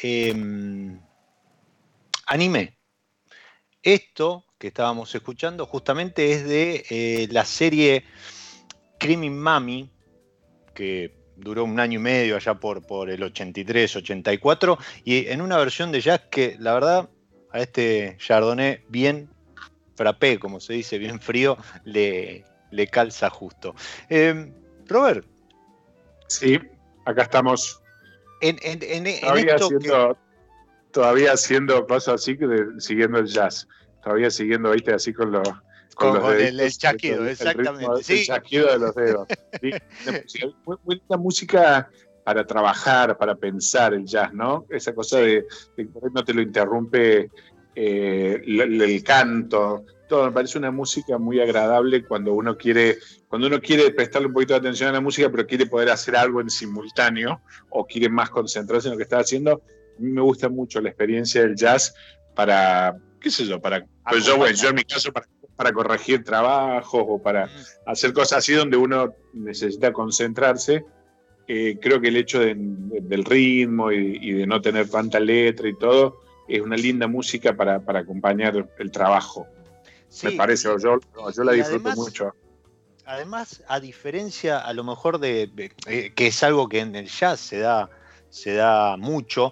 anime. Esto que estábamos escuchando justamente es de la serie Creamy Mami, que duró 1 año y medio allá por el 83, 84, y en una versión de jazz que la verdad este Chardonnay bien frappé, como se dice, bien frío, le calza justo. Robert. Sí, acá estamos. En esto todavía haciendo cosas así, siguiendo el jazz. Todavía siguiendo, viste, así con los el chasquido, exactamente. El chasquido de los dedos. ¿Sí? Muy linda música para trabajar, para pensar el jazz, ¿no? Esa cosa de que no te lo interrumpe el canto. Todo me parece una música muy agradable cuando uno quiere prestarle un poquito de atención a la música, pero quiere poder hacer algo en simultáneo o quiere más concentrarse en lo que está haciendo. A mí me gusta mucho la experiencia del jazz para, qué sé yo, yo en mi caso para corregir trabajos o para hacer cosas así donde uno necesita concentrarse. Creo que el hecho del ritmo y de no tener tanta letra y todo es una linda música para acompañar el trabajo. Sí, me parece, yo la disfruto mucho. Además, a diferencia a lo mejor de que es algo que en el jazz se da mucho,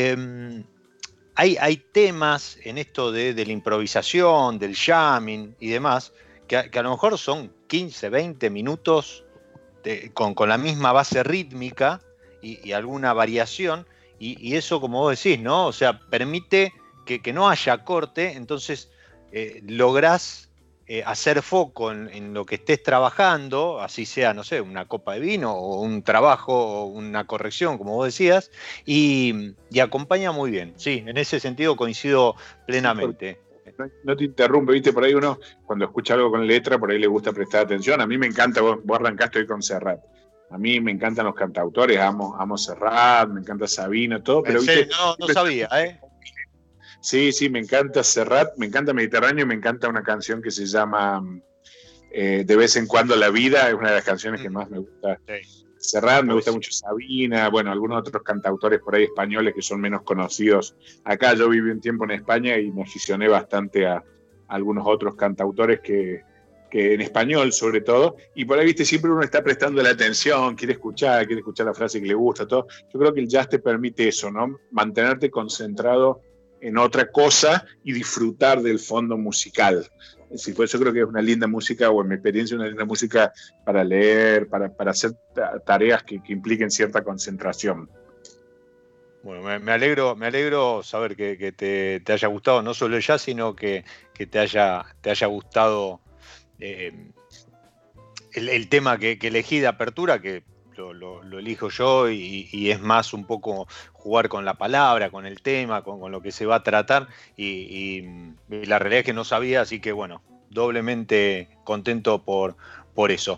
hay temas en esto de la improvisación, del jamming y demás, que a lo mejor son 15, 20 minutos con la misma base rítmica y alguna variación, y eso, como vos decís, ¿no? O sea, permite que no haya corte, entonces lográs hacer foco en lo que estés trabajando, así sea, no sé, una copa de vino o un trabajo o una corrección, como vos decías, y acompaña muy bien. Sí, en ese sentido coincido plenamente. No te interrumpe, viste, por ahí uno cuando escucha algo con letra, por ahí le gusta prestar atención. A mí me encanta, vos arrancaste hoy con Serrat. A mí me encantan los cantautores, amo Serrat, me encanta Sabina, todo. Pero ¿viste? No sabía, Sí, me encanta Serrat, me encanta Mediterráneo, me encanta una canción que se llama De vez en cuando la vida, es una de las canciones que más me gusta. Sí. Serrat, me gusta mucho Sabina, bueno, algunos otros cantautores por ahí españoles que son menos conocidos. Acá yo viví un tiempo en España y me aficioné bastante a algunos otros cantautores que en español sobre todo, y por ahí, viste, siempre uno está prestando la atención, quiere escuchar la frase que le gusta, todo. Yo creo que el jazz te permite eso, ¿no? Mantenerte concentrado en otra cosa y disfrutar del fondo musical. Por eso creo que es una linda música, o en mi experiencia, una linda música para leer, para hacer tareas que impliquen cierta concentración. Bueno, me alegro saber que te haya gustado no solo el jazz, sino que te haya gustado el tema que elegí de apertura, que lo elijo yo y es más un poco jugar con la palabra, con el tema, con lo que se va a tratar, y la realidad es que no sabía, así que bueno, doblemente contento por eso.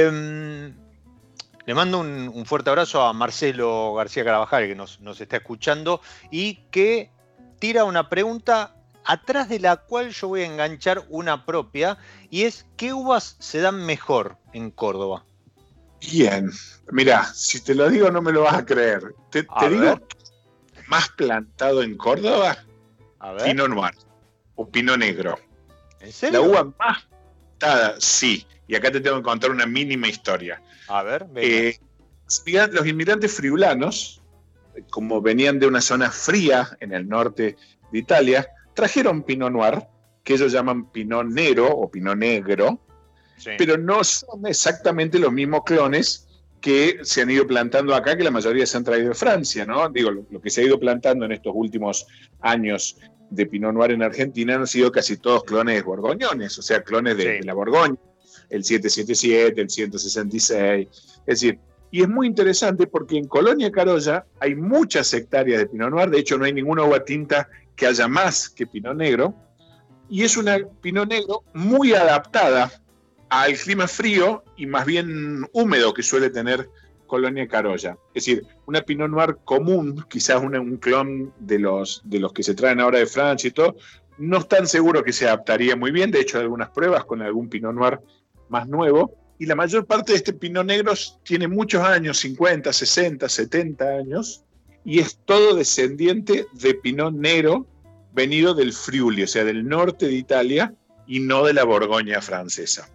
Le mando un fuerte abrazo a Marcelo García Carabajal, que nos está escuchando y que tira una pregunta atrás de la cual yo voy a enganchar una propia, y es: ¿qué uvas se dan mejor en Córdoba? Bien, mirá, si te lo digo no me lo vas a creer. Te digo, más plantado en Córdoba, Pinot Noir o Pinot Negro. ¿En serio? La uva más plantada, sí. Y acá te tengo que contar una mínima historia. A ver, los inmigrantes friulanos, como venían de una zona fría en el norte de Italia, trajeron Pinot Noir, que ellos llaman Pinot Nero o Pinot Negro, sí, pero no son exactamente los mismos clones que se han ido plantando acá, que la mayoría se han traído de Francia, ¿no? Digo, lo que se ha ido plantando en estos últimos años de Pinot Noir en Argentina han sido casi todos clones borgoñones, o sea, clones de la Borgoña, el 777, el 166, es decir, y es muy interesante porque en Colonia Carolla hay muchas hectáreas de Pinot Noir, de hecho no hay ninguna uva tinta que haya más que Pinot Negro, y es una Pinot Negro muy adaptada al clima frío y más bien húmedo que suele tener Colonia Carolla. Es decir, una Pinot Noir común, quizás un clon de los que se traen ahora de Francia y todo, no están seguros que se adaptaría muy bien. De hecho, hay algunas pruebas con algún Pinot Noir más nuevo, y la mayor parte de este Pinot Negro tiene muchos años, 50, 60, 70 años, y es todo descendiente de Pinot Nero venido del Friuli, o sea, del norte de Italia, y no de la Borgoña francesa.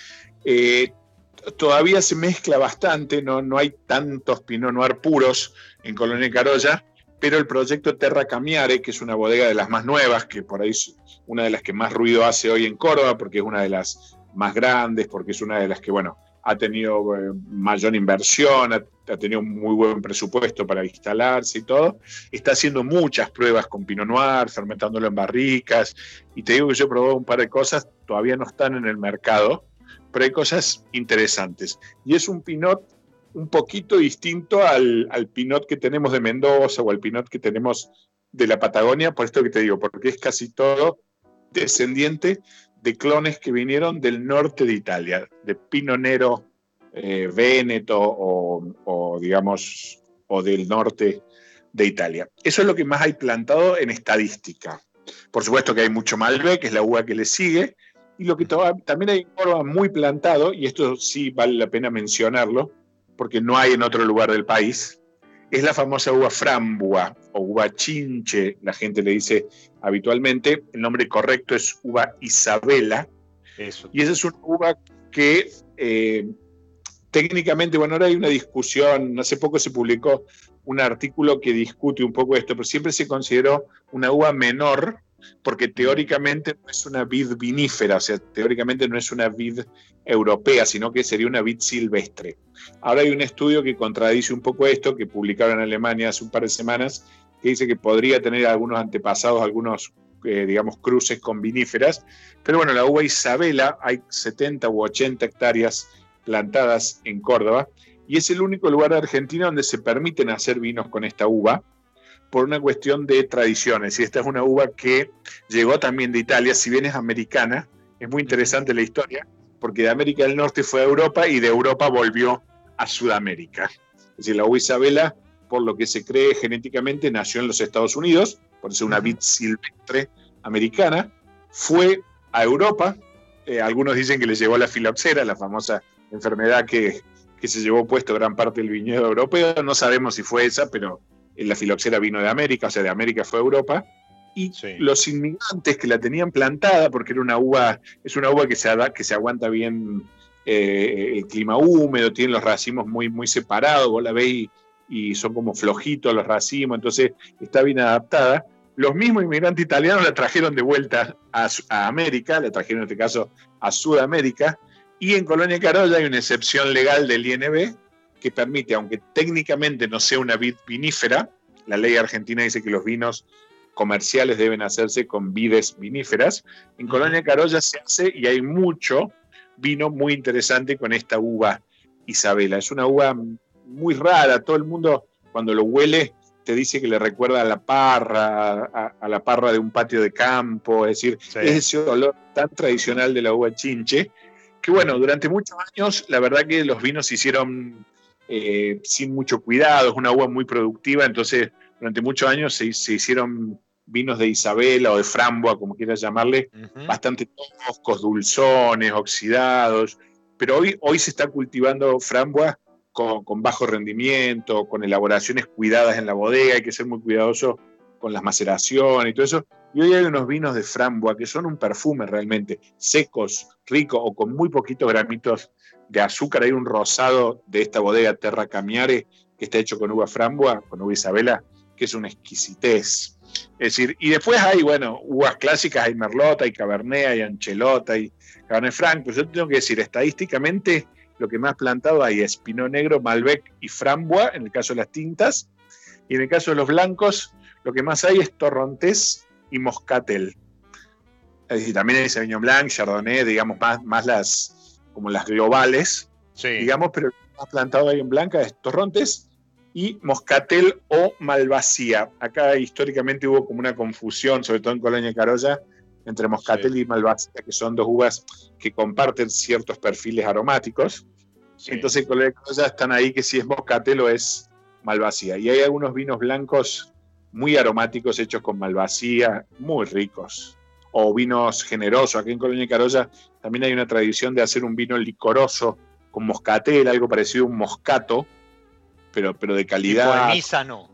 Todavía se mezcla bastante, no hay tantos Pinot Noir puros en Colonia Carolla, pero el proyecto Terra Cambiare, que es una bodega de las más nuevas, que por ahí es una de las que más ruido hace hoy en Córdoba, porque es una de las más grandes, porque es una de las que, bueno, ha tenido mayor inversión, ha tenido un muy buen presupuesto para instalarse y todo. Está haciendo muchas pruebas con Pinot Noir, fermentándolo en barricas, y te digo que yo he probado un par de cosas, todavía no están en el mercado, pero hay cosas interesantes. Y es un Pinot un poquito distinto al Pinot que tenemos de Mendoza o al Pinot que tenemos de la Patagonia, por esto que te digo, porque es casi todo descendiente de clones que vinieron del norte de Italia, de Pinot Nero, Véneto o digamos, o del norte de Italia. Eso es lo que más hay plantado en estadística. Por supuesto que hay mucho Malbec, que es la uva que le sigue, y lo que también hay en Córdoba muy plantado, y esto sí vale la pena mencionarlo, porque no hay en otro lugar del país, es la famosa uva Frambua o uva Chinche, la gente le dice habitualmente. El nombre correcto es uva Isabela. Eso. Y esa es una uva que técnicamente, bueno, ahora hay una discusión, hace poco se publicó un artículo que discute un poco esto, pero siempre se consideró una uva menor porque teóricamente no es una vid vinífera, o sea, teóricamente no es una vid europea, sino que sería una vid silvestre. Ahora hay un estudio que contradice un poco esto, que publicaron en Alemania hace un par de semanas, que dice que podría tener algunos antepasados, algunos, digamos, cruces con viníferas, pero bueno, la uva Isabela, hay 70 u 80 hectáreas plantadas en Córdoba, y es el único lugar de Argentina donde se permiten hacer vinos con esta uva, por una cuestión de tradiciones. Y esta es una uva que llegó también de Italia, si bien es americana, es muy interesante la historia, porque de América del Norte fue a Europa y de Europa volvió a Sudamérica. Es decir, la uva Isabela, por lo que se cree genéticamente, nació en los Estados Unidos, por ser una vid silvestre americana, fue a Europa, algunos dicen que le llevó la filoxera, la famosa enfermedad que se llevó puesto gran parte del viñedo europeo, no sabemos si fue esa, pero la filoxera vino de América, o sea, de América fue a Europa, y los inmigrantes que la tenían plantada, porque era una uva, es una uva que se aguanta bien el clima húmedo, tiene los racimos muy, muy separados, vos la ves y son como flojitos los racimos, entonces está bien adaptada. Los mismos inmigrantes italianos la trajeron de vuelta a América, la trajeron en este caso a Sudamérica, y en Colonia Carolla hay una excepción legal del INB que permite, aunque técnicamente no sea una vid vinífera, la ley argentina dice que los vinos comerciales deben hacerse con vides viníferas, en Colonia Carolla se hace y hay mucho vino muy interesante con esta uva Isabela. Es una uva muy rara, todo el mundo cuando lo huele te dice que le recuerda a la parra de un patio de campo, es decir, es ese olor tan tradicional de la uva Chinche, que bueno, durante muchos años la verdad que los vinos se hicieron sin mucho cuidado, es una uva muy productiva, entonces durante muchos años se hicieron vinos de Isabela o de Frambua, como quieras llamarle, bastante toscos, dulzones, oxidados, pero hoy se está cultivando Frambua con bajo rendimiento, con elaboraciones cuidadas en la bodega, hay que ser muy cuidadoso con las maceraciones y todo eso, y hoy hay unos vinos de Frambua que son un perfume realmente, secos, ricos o con muy poquitos gramitos de azúcar. Hay un rosado de esta bodega Terra Cambiare que está hecho con uva Frambua, con uva Isabela, que es una exquisitez. Es decir, y después hay, bueno, uvas clásicas, hay Merlot, hay Cabernet, hay Anchelot, hay Cabernet Franc, pues yo tengo que decir, estadísticamente lo que más plantado hay es Pinot Negro, Malbec y Frambua, en el caso de las tintas, y en el caso de los blancos, lo que más hay es Torrontés y Moscatel. Es decir, también hay Sauvignon Blanc, Chardonnay, digamos, más las globales, digamos, pero lo más plantado ahí en blanca es Torrontés y Moscatel o Malvasía. Acá históricamente hubo como una confusión, sobre todo en Colonia Carolla, entre Moscatel y Malvasía, que son dos uvas que comparten ciertos perfiles aromáticos. Entonces en Colonia Carolla están ahí que si es Moscatel o es Malvasía. Y hay algunos vinos blancos muy aromáticos hechos con Malvasía, muy ricos. O vinos generosos. Aquí en Colonia Carolla también hay una tradición de hacer un vino licoroso con Moscatel, algo parecido a un Moscato, pero de calidad. Tipo de misa, no.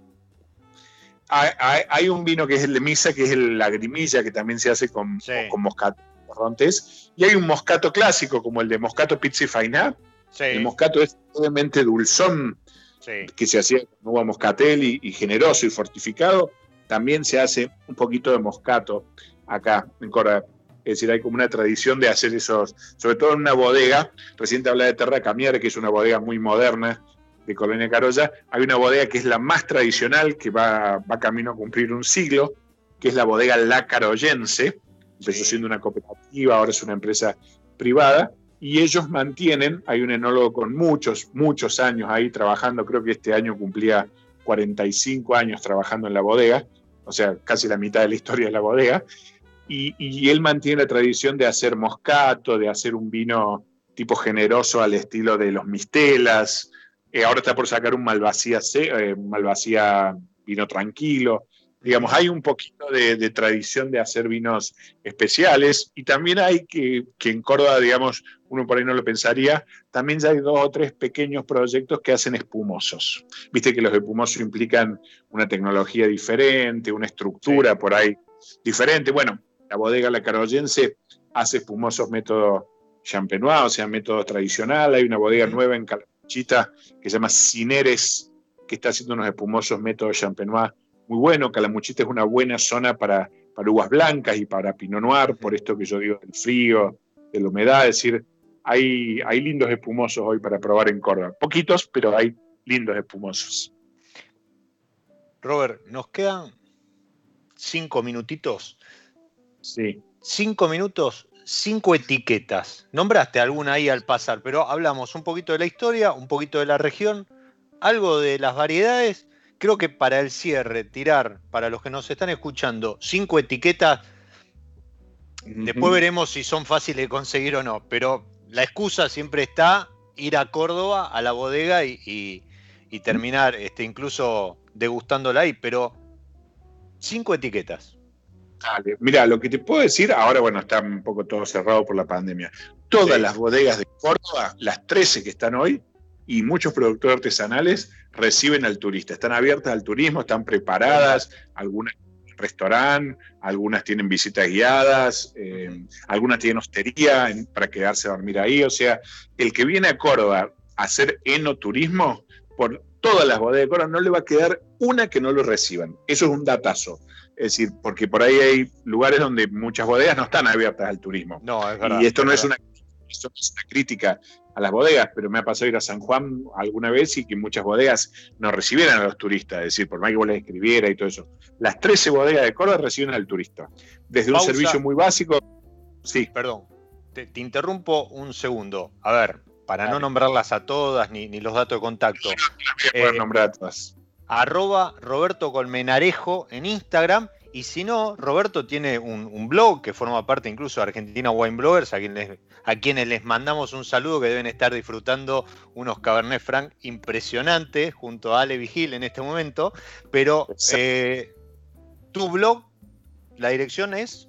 Hay un vino que es el de misa, que es el Lagrimilla, que también se hace con Moscato Torrontés. Y hay un Moscato clásico, como el de Moscato Pizzi Fainá. El Moscato es obviamente dulzón, que se hacía con uva moscatel y generoso y fortificado, también se hace un poquito de moscato acá en Córdoba. Es decir, hay como una tradición de hacer esos, sobre todo en una bodega. Recién te hablaba de Terra Cambiare, que es una bodega muy moderna de Colonia Carolla. Hay una bodega que es la más tradicional, que va camino a cumplir un siglo, que es la bodega La Carollense. Empezó siendo una cooperativa, ahora es una empresa privada, y ellos mantienen, hay un enólogo con muchos años ahí trabajando, creo que este año cumplía 45 años trabajando en la bodega, o sea, casi la mitad de la historia de la bodega, y él mantiene la tradición de hacer moscato, de hacer un vino tipo generoso al estilo de los Mistelas. Ahora está por sacar un Malvasía vino tranquilo. Digamos, hay un poquito de tradición de hacer vinos especiales, y también hay que en Córdoba, digamos, uno por ahí no lo pensaría, también ya hay 2 o 3 pequeños proyectos que hacen espumosos. Viste que los espumosos implican una tecnología diferente, una estructura por ahí diferente. Bueno, la bodega La Carollense hace espumosos método champenois, o sea, método tradicional. Hay una bodega nueva en Calamuchita que se llama Cineres, que está haciendo unos espumosos método champenois muy bueno. Calamuchita es una buena zona para uvas blancas y para Pinot Noir, por esto que yo digo del frío, de la humedad. Es decir, hay lindos espumosos hoy para probar en Córdoba. Poquitos, pero hay lindos espumosos. Robert, nos quedan 5 minutitos. Sí. 5 minutos, 5 etiquetas. Nombraste alguna ahí al pasar, pero hablamos un poquito de la historia, un poquito de la región, algo de las variedades. Creo que para el cierre, tirar, para los que nos están escuchando, 5 etiquetas. Después veremos si son fáciles de conseguir o no, pero la excusa siempre está ir a Córdoba, a la bodega y terminar incluso degustándola ahí, pero 5 etiquetas. Dale. Mira, lo que te puedo decir, ahora bueno, está un poco todo cerrado por la pandemia. Todas las bodegas de Córdoba, las 13 que están hoy, y muchos productores artesanales reciben al turista. Están abiertas al turismo, están preparadas, algunas tienen restaurante, algunas tienen visitas guiadas, algunas tienen hostería para quedarse a dormir ahí. O sea, el que viene a Córdoba a hacer enoturismo, por todas las bodegas de Córdoba no le va a quedar una que no lo reciban. Eso es un datazo. Es decir, porque por ahí hay lugares donde muchas bodegas no están abiertas al turismo. No, es verdad. Y esto no es una crítica a las bodegas, pero me ha pasado ir a San Juan alguna vez y que muchas bodegas no recibieran a los turistas, es decir, por más que vos les escribiera y todo eso. Las 13 bodegas de Córdoba reciben al turista. Desde un servicio muy básico. Sí. Perdón, te interrumpo un segundo. A ver, para no nombrarlas a todas ni los datos de contacto. No voy a poder nombrar a todas. @Roberto Colmenarejo en Instagram, y si no, Roberto tiene un blog que forma parte incluso de Argentina Wine Bloggers, a quienes les mandamos un saludo, que deben estar disfrutando unos Cabernet Franc impresionantes junto a Ale Vigil en este momento. Pero tu blog, la dirección es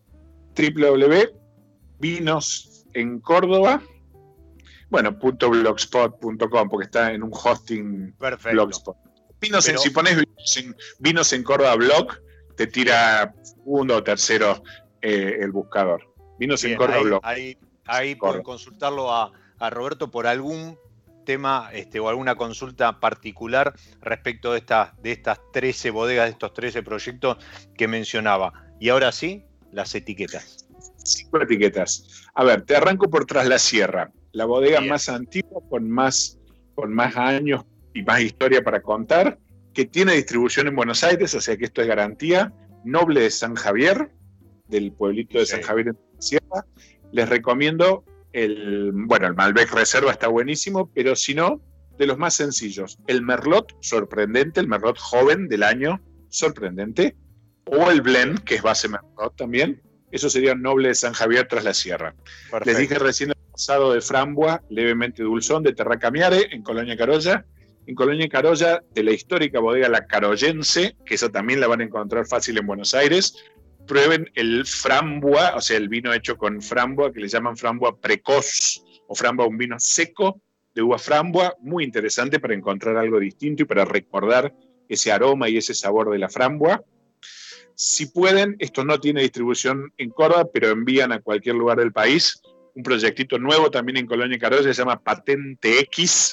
www.vinosencórdoba, .blogspot.com, porque está en un hosting. Perfecto. Blogspot. Si pones Vinos en Córdoba blog, te tira segundo o tercero el buscador. Vinos en Córdoba blog. Ahí pueden consultarlo a Roberto por algún tema o alguna consulta particular respecto de estas 13 bodegas, de estos 13 proyectos que mencionaba. Y ahora sí, las etiquetas. 5 etiquetas. A ver, te arranco por Tras la Sierra, la bodega más antigua, con más años y más historia para contar, que tiene distribución en Buenos Aires, o sea que esto es garantía. Noble de San Javier, del pueblito de San Javier en la Sierra. Les recomiendo el Malbec Reserva, está buenísimo, pero si no, de los más sencillos, el Merlot sorprendente, el Merlot joven del año sorprendente, o el Blend, que es base Merlot también. Eso sería Noble de San Javier, Tras la Sierra. Perfecto. Les dije recién el pasado de Frambua, levemente dulzón, de Terra Cambiare, en Colonia Carolla. En Colonia Carolla, de la histórica bodega La Carollense, que esa también la van a encontrar fácil en Buenos Aires. Prueben el Frambua, o sea, el vino hecho con Frambua, que le llaman Frambua precoz, o Frambua, un vino seco de uva Frambua, muy interesante para encontrar algo distinto y para recordar ese aroma y ese sabor de la Frambua. Si pueden, esto no tiene distribución en Córdoba, pero envían a cualquier lugar del país, un proyectito nuevo también en Colonia Carolla, se llama Patente X,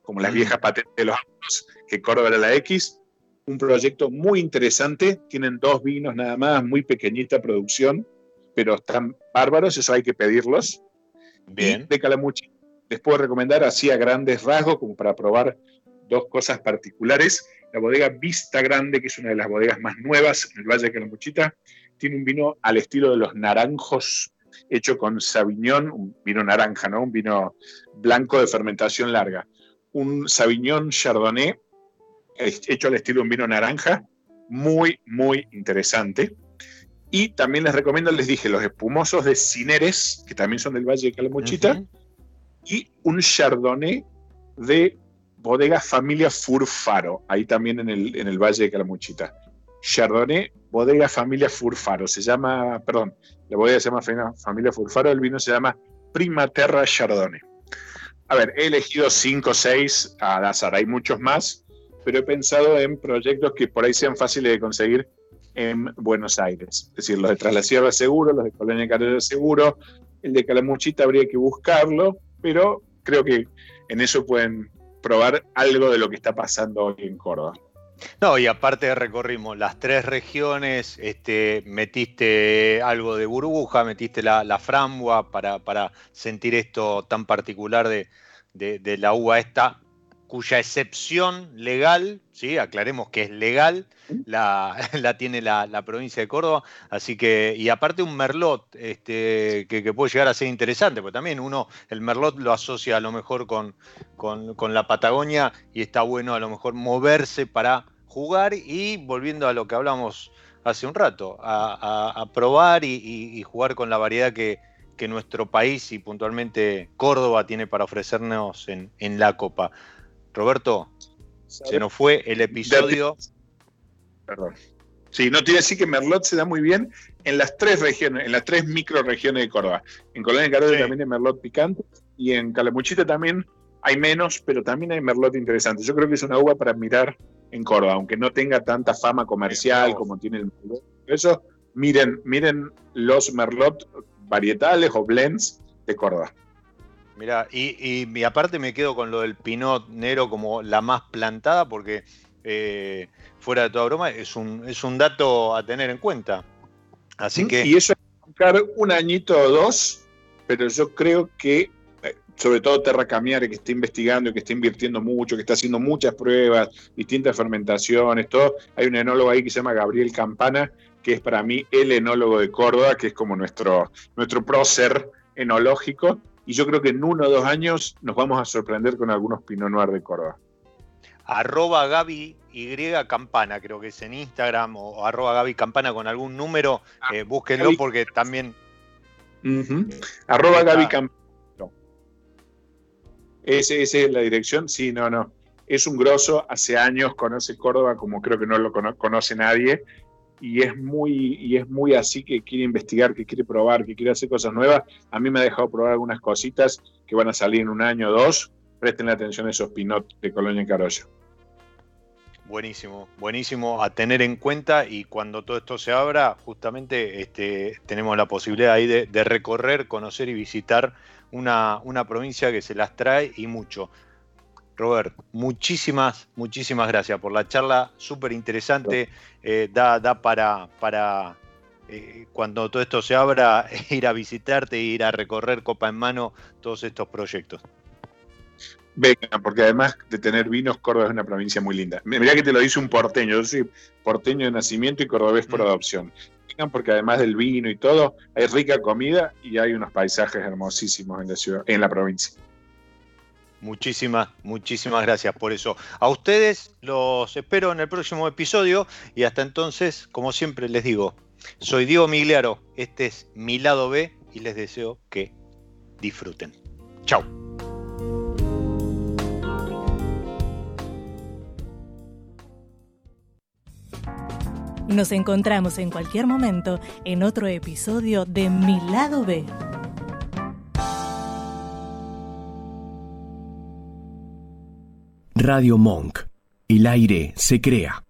como las viejas patentes de los autos, que Córdoba era la X. Un proyecto muy interesante, tienen 2 vinos nada más, muy pequeñita producción, pero están bárbaros, eso hay que pedirlos. Bien. Y de Calamuchita les puedo recomendar así a grandes rasgos, como para probar 2 cosas particulares. La bodega Vista Grande, que es una de las bodegas más nuevas en el Valle de Calamuchita, tiene un vino al estilo de los naranjos, hecho con Sauvignon, un vino naranja, ¿no? Un vino blanco de fermentación larga. Un Sauvignon Chardonnay, hecho al estilo de un vino naranja, muy, muy interesante. Y también les recomiendo, les dije, los espumosos de Cineres, que también son del Valle de Calamuchita, y un Chardonnay de bodega Familia Furfaro, ahí también en el Valle de Calamuchita. Chardonnay, bodega Familia Furfaro, la bodega se llama Familia Furfaro, el vino se llama Prima Terra Chardonnay. A ver, he elegido 5 o 6 al azar, hay muchos más, pero he pensado en proyectos que por ahí sean fáciles de conseguir en Buenos Aires. Es decir, los de Tras la Sierra seguro, los de Colonia Carolla seguro, el de Calamuchita habría que buscarlo, pero creo que en eso pueden probar algo de lo que está pasando hoy en Córdoba. No, y aparte recorrimos las 3 regiones, metiste algo de burbuja, metiste la frambua para sentir esto tan particular de la uva esta, cuya excepción legal, ¿sí? Aclaremos que es legal, la tiene la provincia de Córdoba, así que, y aparte un merlot que puede llegar a ser interesante, porque también el merlot lo asocia a lo mejor con la Patagonia, y está bueno a lo mejor moverse para jugar, y volviendo a lo que hablamos hace un rato, a probar y jugar con la variedad que nuestro país y puntualmente Córdoba tiene para ofrecernos en la Copa. Roberto, se nos fue el episodio. Perdón. Sí, no te iba a decir que Merlot se da muy bien en las 3 regiones, en las 3 microregiones de Córdoba. En Colonia Carolla también hay Merlot picante, y en Calamuchita también hay menos, pero también hay Merlot interesante. Yo creo que es una uva para mirar en Córdoba, aunque no tenga tanta fama comercial como tiene el Merlot. Por eso, miren los Merlot varietales o blends de Córdoba. Mirá, y aparte me quedo con lo del Pinot Negro como la más plantada, porque fuera de toda broma es un dato a tener en cuenta. Así que... Y eso hay que buscar un añito o 2, pero yo creo que, sobre todo Terra Camiare, que está investigando y que está invirtiendo mucho, que está haciendo muchas pruebas, distintas fermentaciones, todo. Hay un enólogo ahí que se llama Gabriel Campana, que es para mí el enólogo de Córdoba, que es como nuestro prócer enológico. Y yo creo que en 1 o 2 años nos vamos a sorprender con algunos Pinot Noir de Córdoba. @Gaby Y Campana, creo que es en Instagram, o @Gaby Campana con algún número, búsquenlo Gaby, porque también... @Gaby Campana. Esa es la dirección. Sí, no. Es un grosso, hace años conoce Córdoba como creo que no lo conoce nadie. Y es muy así, que quiere investigar, que quiere probar, que quiere hacer cosas nuevas. A mí me ha dejado probar algunas cositas que van a salir en 1 año o 2. Presten atención a esos Pinot de Colonia Carolla. Buenísimo a tener en cuenta, y cuando todo esto se abra, justamente tenemos la posibilidad ahí de recorrer, conocer y visitar una provincia que se las trae y mucho. Robert, muchísimas gracias por la charla, súper interesante. Da para cuando todo esto se abra, ir a visitarte, ir a recorrer copa en mano todos estos proyectos. Vengan, porque además de tener vinos, Córdoba es una provincia muy linda. Mirá que te lo dice un porteño, yo soy porteño de nacimiento y cordobés por adopción. Vengan, porque además del vino y todo, hay rica comida y hay unos paisajes hermosísimos en la ciudad, en la provincia. Muchísimas gracias por eso. A ustedes los espero en el próximo episodio, y hasta entonces, como siempre les digo, soy Diego Migliaro, este es Mi Lado B, y les deseo que disfruten. Chau. Nos encontramos en cualquier momento en otro episodio de Mi Lado B. Radio Monk. El aire se crea.